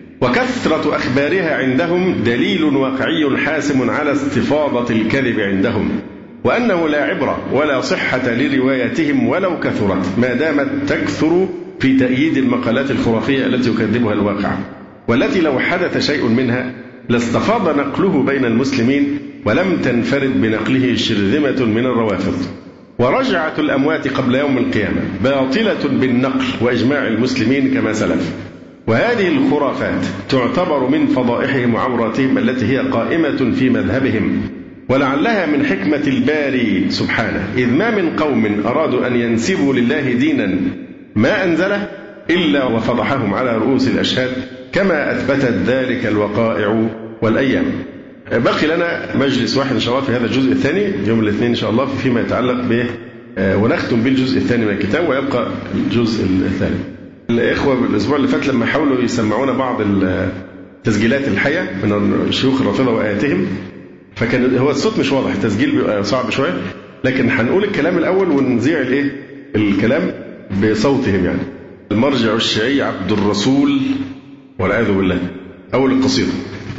وكثرة أخبارها عندهم دليل واقعي حاسم على استفاضة الكذب عندهم، وأنه لا عبرة ولا صحة لرواياتهم ولو كثرت، ما دامت تكثر في تأييد المقالات الخرافية التي يكذبها الواقع، والتي لو حدث شيء منها لاستفاض نقله بين المسلمين ولم تنفرد بنقله شرذمة من الروافض. ورجعة الأموات قبل يوم القيامة باطلة بالنقل وإجماع المسلمين كما سلف. وهذه الخرافات تعتبر من فضائحهم وعوراتهم التي هي قائمة في مذهبهم، ولعلها من حكمة الباري سبحانه، إذ ما من قوم أرادوا أن ينسبوا لله دينا ما أنزله إلا وفضحهم على رؤوس الأشهاد، كما أثبتت ذلك الوقائع والأيام. بقي لنا مجلس واحد إن شاء الله في هذا الجزء الثاني يوم الاثنين إن شاء الله فيما يتعلق به، ونختم بالجزء الثاني من الكتاب ويبقى الجزء الثالث. الإخوة الأسبوع اللي فات لما حاولوا يسمعونا بعض التسجيلات الحية من شيوخ الرافضة وآياتهم، فكان هو الصوت مش واضح، التسجيل بيبقى صعب شوية، لكن هنقول الكلام الأول ونذيع الكلام بصوتهم. يعني المرجع الشيعي عبد الرسول والعياذ بالله، أول القصيدة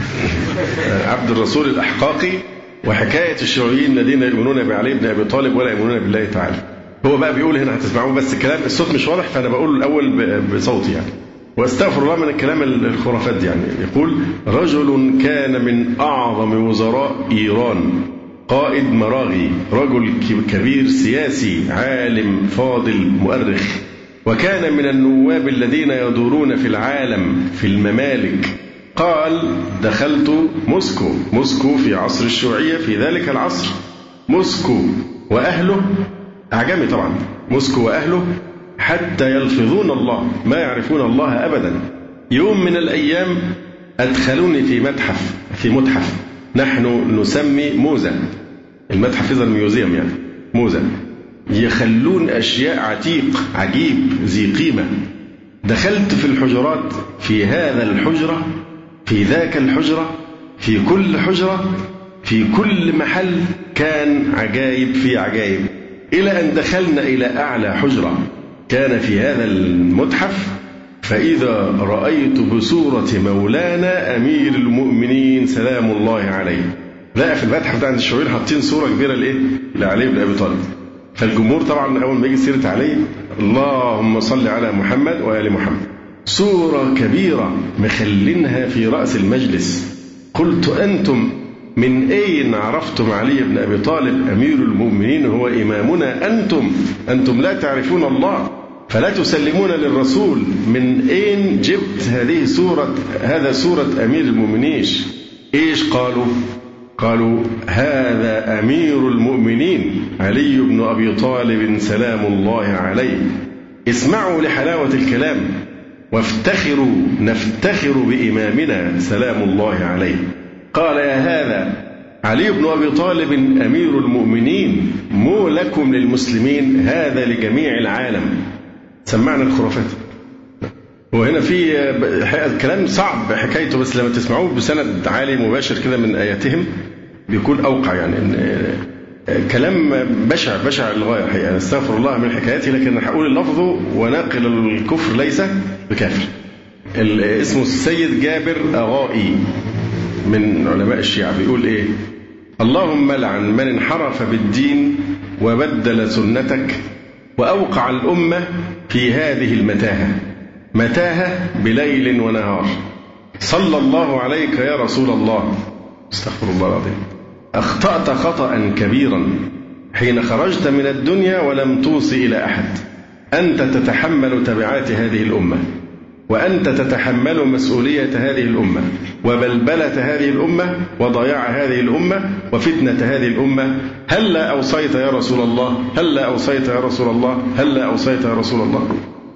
عبد الرسول الأحقاقي، وحكاية الشيوعيين الذين يؤمنون بعلي بن أبي طالب ولا يؤمنون بالله تعالى. هو بقى بيقول هنا هتسمعوه بس الكلام الصوت مش واضح، فأنا بقول الأول بصوتي يعني، واستغفر الله من الكلام الخرافات. يعني يقول: رجل كان من أعظم وزراء إيران، قائد مراغي، رجل كبير سياسي، عالم فاضل مؤرخ، وكان من النواب الذين يدورون في العالم في الممالك. قال: دخلت موسكو في عصر الشيوعية في ذلك العصر، موسكو وأهله، أعجمي طبعا، موسكو وأهله حتى يلفظون الله ما يعرفون الله أبدا. يوم من الأيام أدخلوني في متحف نحن نسمي موزة، المتحف إذا الميوزيوم يعني موزة، يخلون أشياء عتيق عجيب ذي قيمة. دخلت في الحجرات، في هذا الحجرة، في ذاك الحجرة، في كل حجرة، في كل محل كان عجائب في عجائب، إلى أن دخلنا إلى أعلى حجرة كان في هذا المتحف، فإذا رأيت بصورة مولانا أمير المؤمنين سلام الله عليه. لا في المتحف ده عند الشيوعيين حاطين صورة كبيرة لعلي بن أبي طالب، فالجمهور طبعا أول ما يجي سيرة علي اللهم صل على محمد وآل محمد، صورة كبيرة مخلينها في رأس المجلس. قلت: أنتم من أين عرفتم علي بن أبي طالب أمير المؤمنين هو إمامنا؟ أنتم لا تعرفون الله فلا تسلمون للرسول، من أين جبت هذا صورة أمير المؤمنين؟ إيش قالوا هذا أمير المؤمنين علي بن أبي طالب سلام الله عليه. اسمعوا لحلاوة الكلام وافتخروا، نفتخر بإمامنا سلام الله عليه. قال: يا هذا علي بن أبي طالب أمير المؤمنين، مو لكم للمسلمين، هذا لجميع العالم. سمعنا الخرافات. وهنا في كلام صعب حكايته، بس لما تسمعوه بسند عالي مباشر كده من آياتهم بيكون أوقع. يعني كلام بشع للغاية الحقيقة. استغفر الله من حكايته، لكن هقول لفظه: وناقل الكفر ليس بكافر. اسمه السيد جابر أغائي من علماء الشيعة، بيقول إيه: اللهم لعن من انحرف بالدين وبدل سنتك وأوقع الأمة في هذه المتاهة، متاهة بليل ونهار. صلى الله عليك يا رسول الله. استغفر الله العظيم. أخطأت خطأ كبيرا حين خرجت من الدنيا ولم توصي إلى أحد. أنت تتحمل تبعات هذه الأمة، وأنت تتحمل مسؤولية هذه الأمة وبلبلة هذه الأمة وضياع هذه الأمة وفتنة هذه الأمة. هلا أوصيت يا رسول الله، هلا أوصيت يا رسول الله، هلا أوصيت يا رسول الله.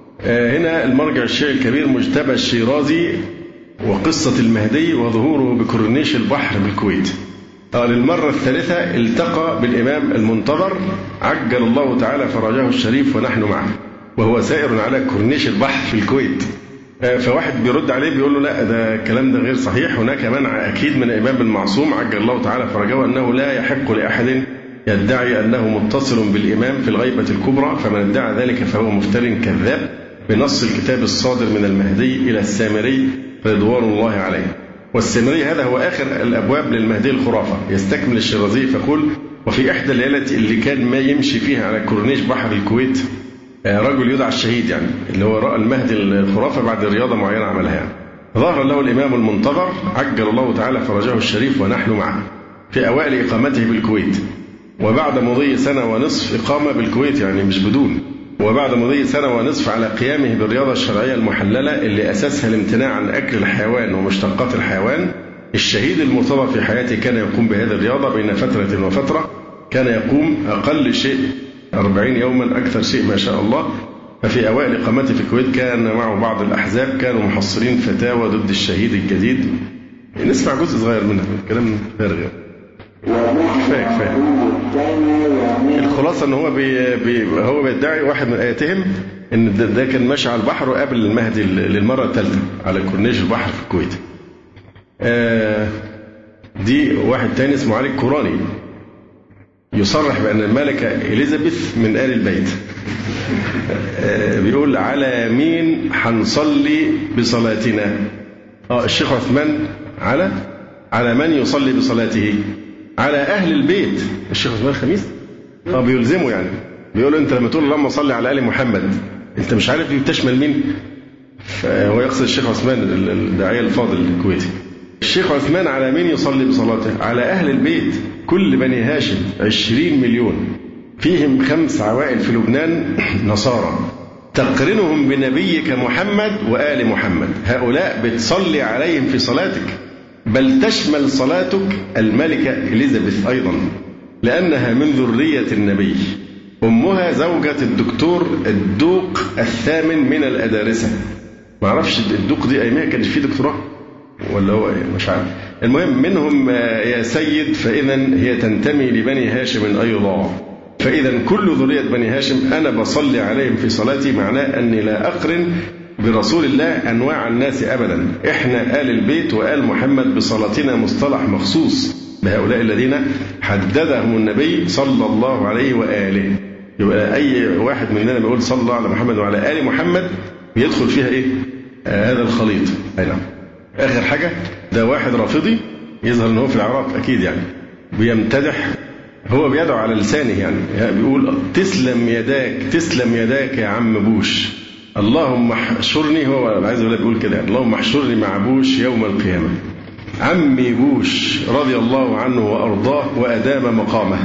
هنا المرجع الشيعي الكبير مجتبى الشيرازي وقصة المهدي وظهوره بكورنيش البحر بالكويت. للمرة الثالثة التقى بالإمام المنتظر عجل الله تعالى فرجه الشريف ونحن معه، وهو سائر على كورنيش البحر في الكويت. فواحد بيرد عليه بيقول له: لا، ده الكلام ده غير صحيح، هناك منع أكيد من الإمام المعصوم عجل الله تعالى فرجه أنه لا يحق لأحد يدعي أنه متصل بالإمام في الغيبة الكبرى، فمن ادعى ذلك فهو مفتر كذاب، بنص الكتاب الصادر من المهدي إلى السامري رضوان الله عليه. والسامري هذا هو آخر الأبواب للمهدي الخرافة. يستكمل الشيرازي فقول: وفي إحدى الليالات اللي كان ما يمشي فيها على كورنيش بحر الكويت رجل يدعى الشهيد، يعني اللي هو رأى المهدي الخرافة بعد رياضة معينة عملها، يعني ظهر له الإمام المنتظر عجل الله تعالى فرجه الشريف ونحن معه في أوائل إقامته بالكويت، وبعد مضي سنة ونصف إقامة بالكويت، يعني مش بدون، وبعد مضي سنة ونصف على قيامه بالرياضة الشرعية المحللة اللي أساسها الامتناع عن أكل الحيوان ومشتقات الحيوان. الشهيد المرتضى في حياته كان يقوم بهذه الرياضة بين فترة وفترة، كان يقوم أقل شيء 40 يوما، أكثر شيء ما شاء الله. ففي أوائل إقامته في الكويت كان معه بعض الأحزاب كانوا محصلين فتاوى ضد الشهيد الجديد. نسمع جزء صغير منها، كلام فارغ. كفاية. الخلاصة ان هو بيدعي واحد من آياتهم ان ده كان ماشي على البحر وقابل المهدي للمرة الثالثة على كورنيش البحر في الكويت. دي واحد تاني اسمه علي الكوراني يصرح بأن الملكة إليزابيث من آل البيت. بيقول: على مين هنصلي بصلاتنا؟ الشيخ عثمان على من يصلي بصلاته؟ على أهل البيت. الشيخ عثمان الخميس بيلزمه، يعني بيقول: أنت لما تقول اللهم صل على آل محمد أنت مش عارف دي بتشمل مين؟ فهو يقصد الشيخ عثمان الداعية الفاضل الكويتي. الشيخ عثمان على مين يصلي بصلاته؟ على أهل البيت، كل بني هاشم 20 مليون، فيهم 5 عوائل في لبنان نصارى، تقرنهم بنبيك محمد وآل محمد. هؤلاء بتصلي عليهم في صلاتك، بل تشمل صلاتك الملكة إليزابيث أيضا، لأنها من ذرية النبي. أمها زوجة الدكتور الدوق الثامن من الأدارسة. ما أعرفش الدوق دي أيامها كانت فيه دكتوراه ولا هو مش عارف. المهم منهم يا سيد، فإذا هي تنتمي لبني هاشم أيضا. فإذا كل ذرية بني هاشم أنا بصلي عليهم في صلاتي، معناه أني لا أقرن برسول الله أنواع الناس أبدا. إحنا آل البيت وآل محمد بصلاتنا مصطلح مخصوص بهؤلاء الذين حددهم النبي صلى الله عليه وآله. يبقى أي واحد مننا بيقول صلى الله على محمد وعلى آل محمد بيدخل فيها إيه؟ هذا الخليط. أي نعم. آخر حاجة، ده واحد رافضي يظهر أنه في العراق أكيد، يعني بيمتدح، هو بيدعو على لسانه، يعني بيقول: تسلم يداك تسلم يداك يا عم بوش، اللهم احشرني، هو عايز يقول كده، اللهم احشرني مع بوش يوم القيامة. عمي بوش رضي الله عنه وأرضاه وأدام مقامه.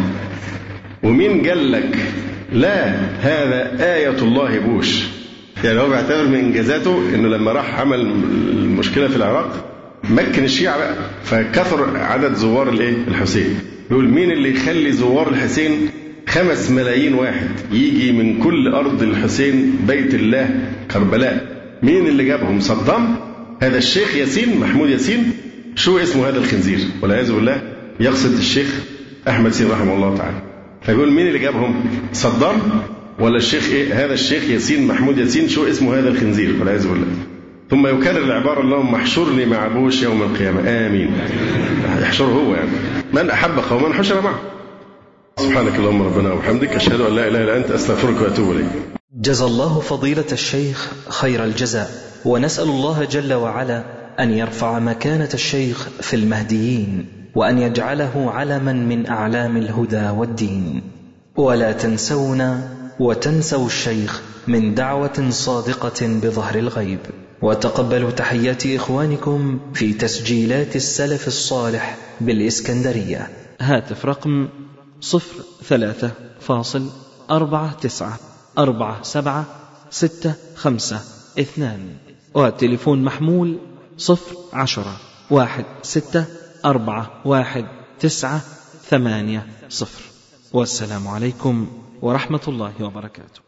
ومين قال لك لا هذا آية الله بوش؟ يعني هو بيعتبر من إنجازاته إنه لما راح عمل المشكلة في العراق مكن الشيعة بقى، فكثر عدد زوار الحسين. يقول: مين اللي يخلي زوار الحسين 5 ملايين واحد يجي من كل أرض الحسين بيت الله كربلاء؟ مين اللي جابهم؟ صدام؟ هذا الشيخ ياسين، محمود ياسين، شو اسمه هذا الخنزير والعياذ بالله، يقصد الشيخ أحمد سين رحمه الله تعالى. فيقول: مين اللي جابهم؟ صدام؟ ولا الشيخ إيه هذا الشيخ ياسين محمود ياسين شو اسمه هذا الخنزير والعياذ بالله. ثم يكرر العبارة اللهم احشرني مع بوش يوم القيامة. آمين. يحشره هو يعني من أحب قوما حشر معه. سبحانك اللهم ربنا وبحمدك أشهد أن لا إله إلا أنت أستغفرك وأتوب إليك. جزا الله فضيلة الشيخ خير الجزاء، ونسأل الله جل وعلا أن يرفع مكانة الشيخ في المهديين، وأن يجعله علما من أعلام الهدى والدين. ولا تنسونا وتنسوا الشيخ من دعوة صادقة بظهر الغيب. وتقبلوا تحيات إخوانكم في تسجيلات السلف الصالح بالإسكندرية. هاتف رقم 0349476562، والتليفون محمول 010-16411980. والسلام عليكم ورحمة الله وبركاته.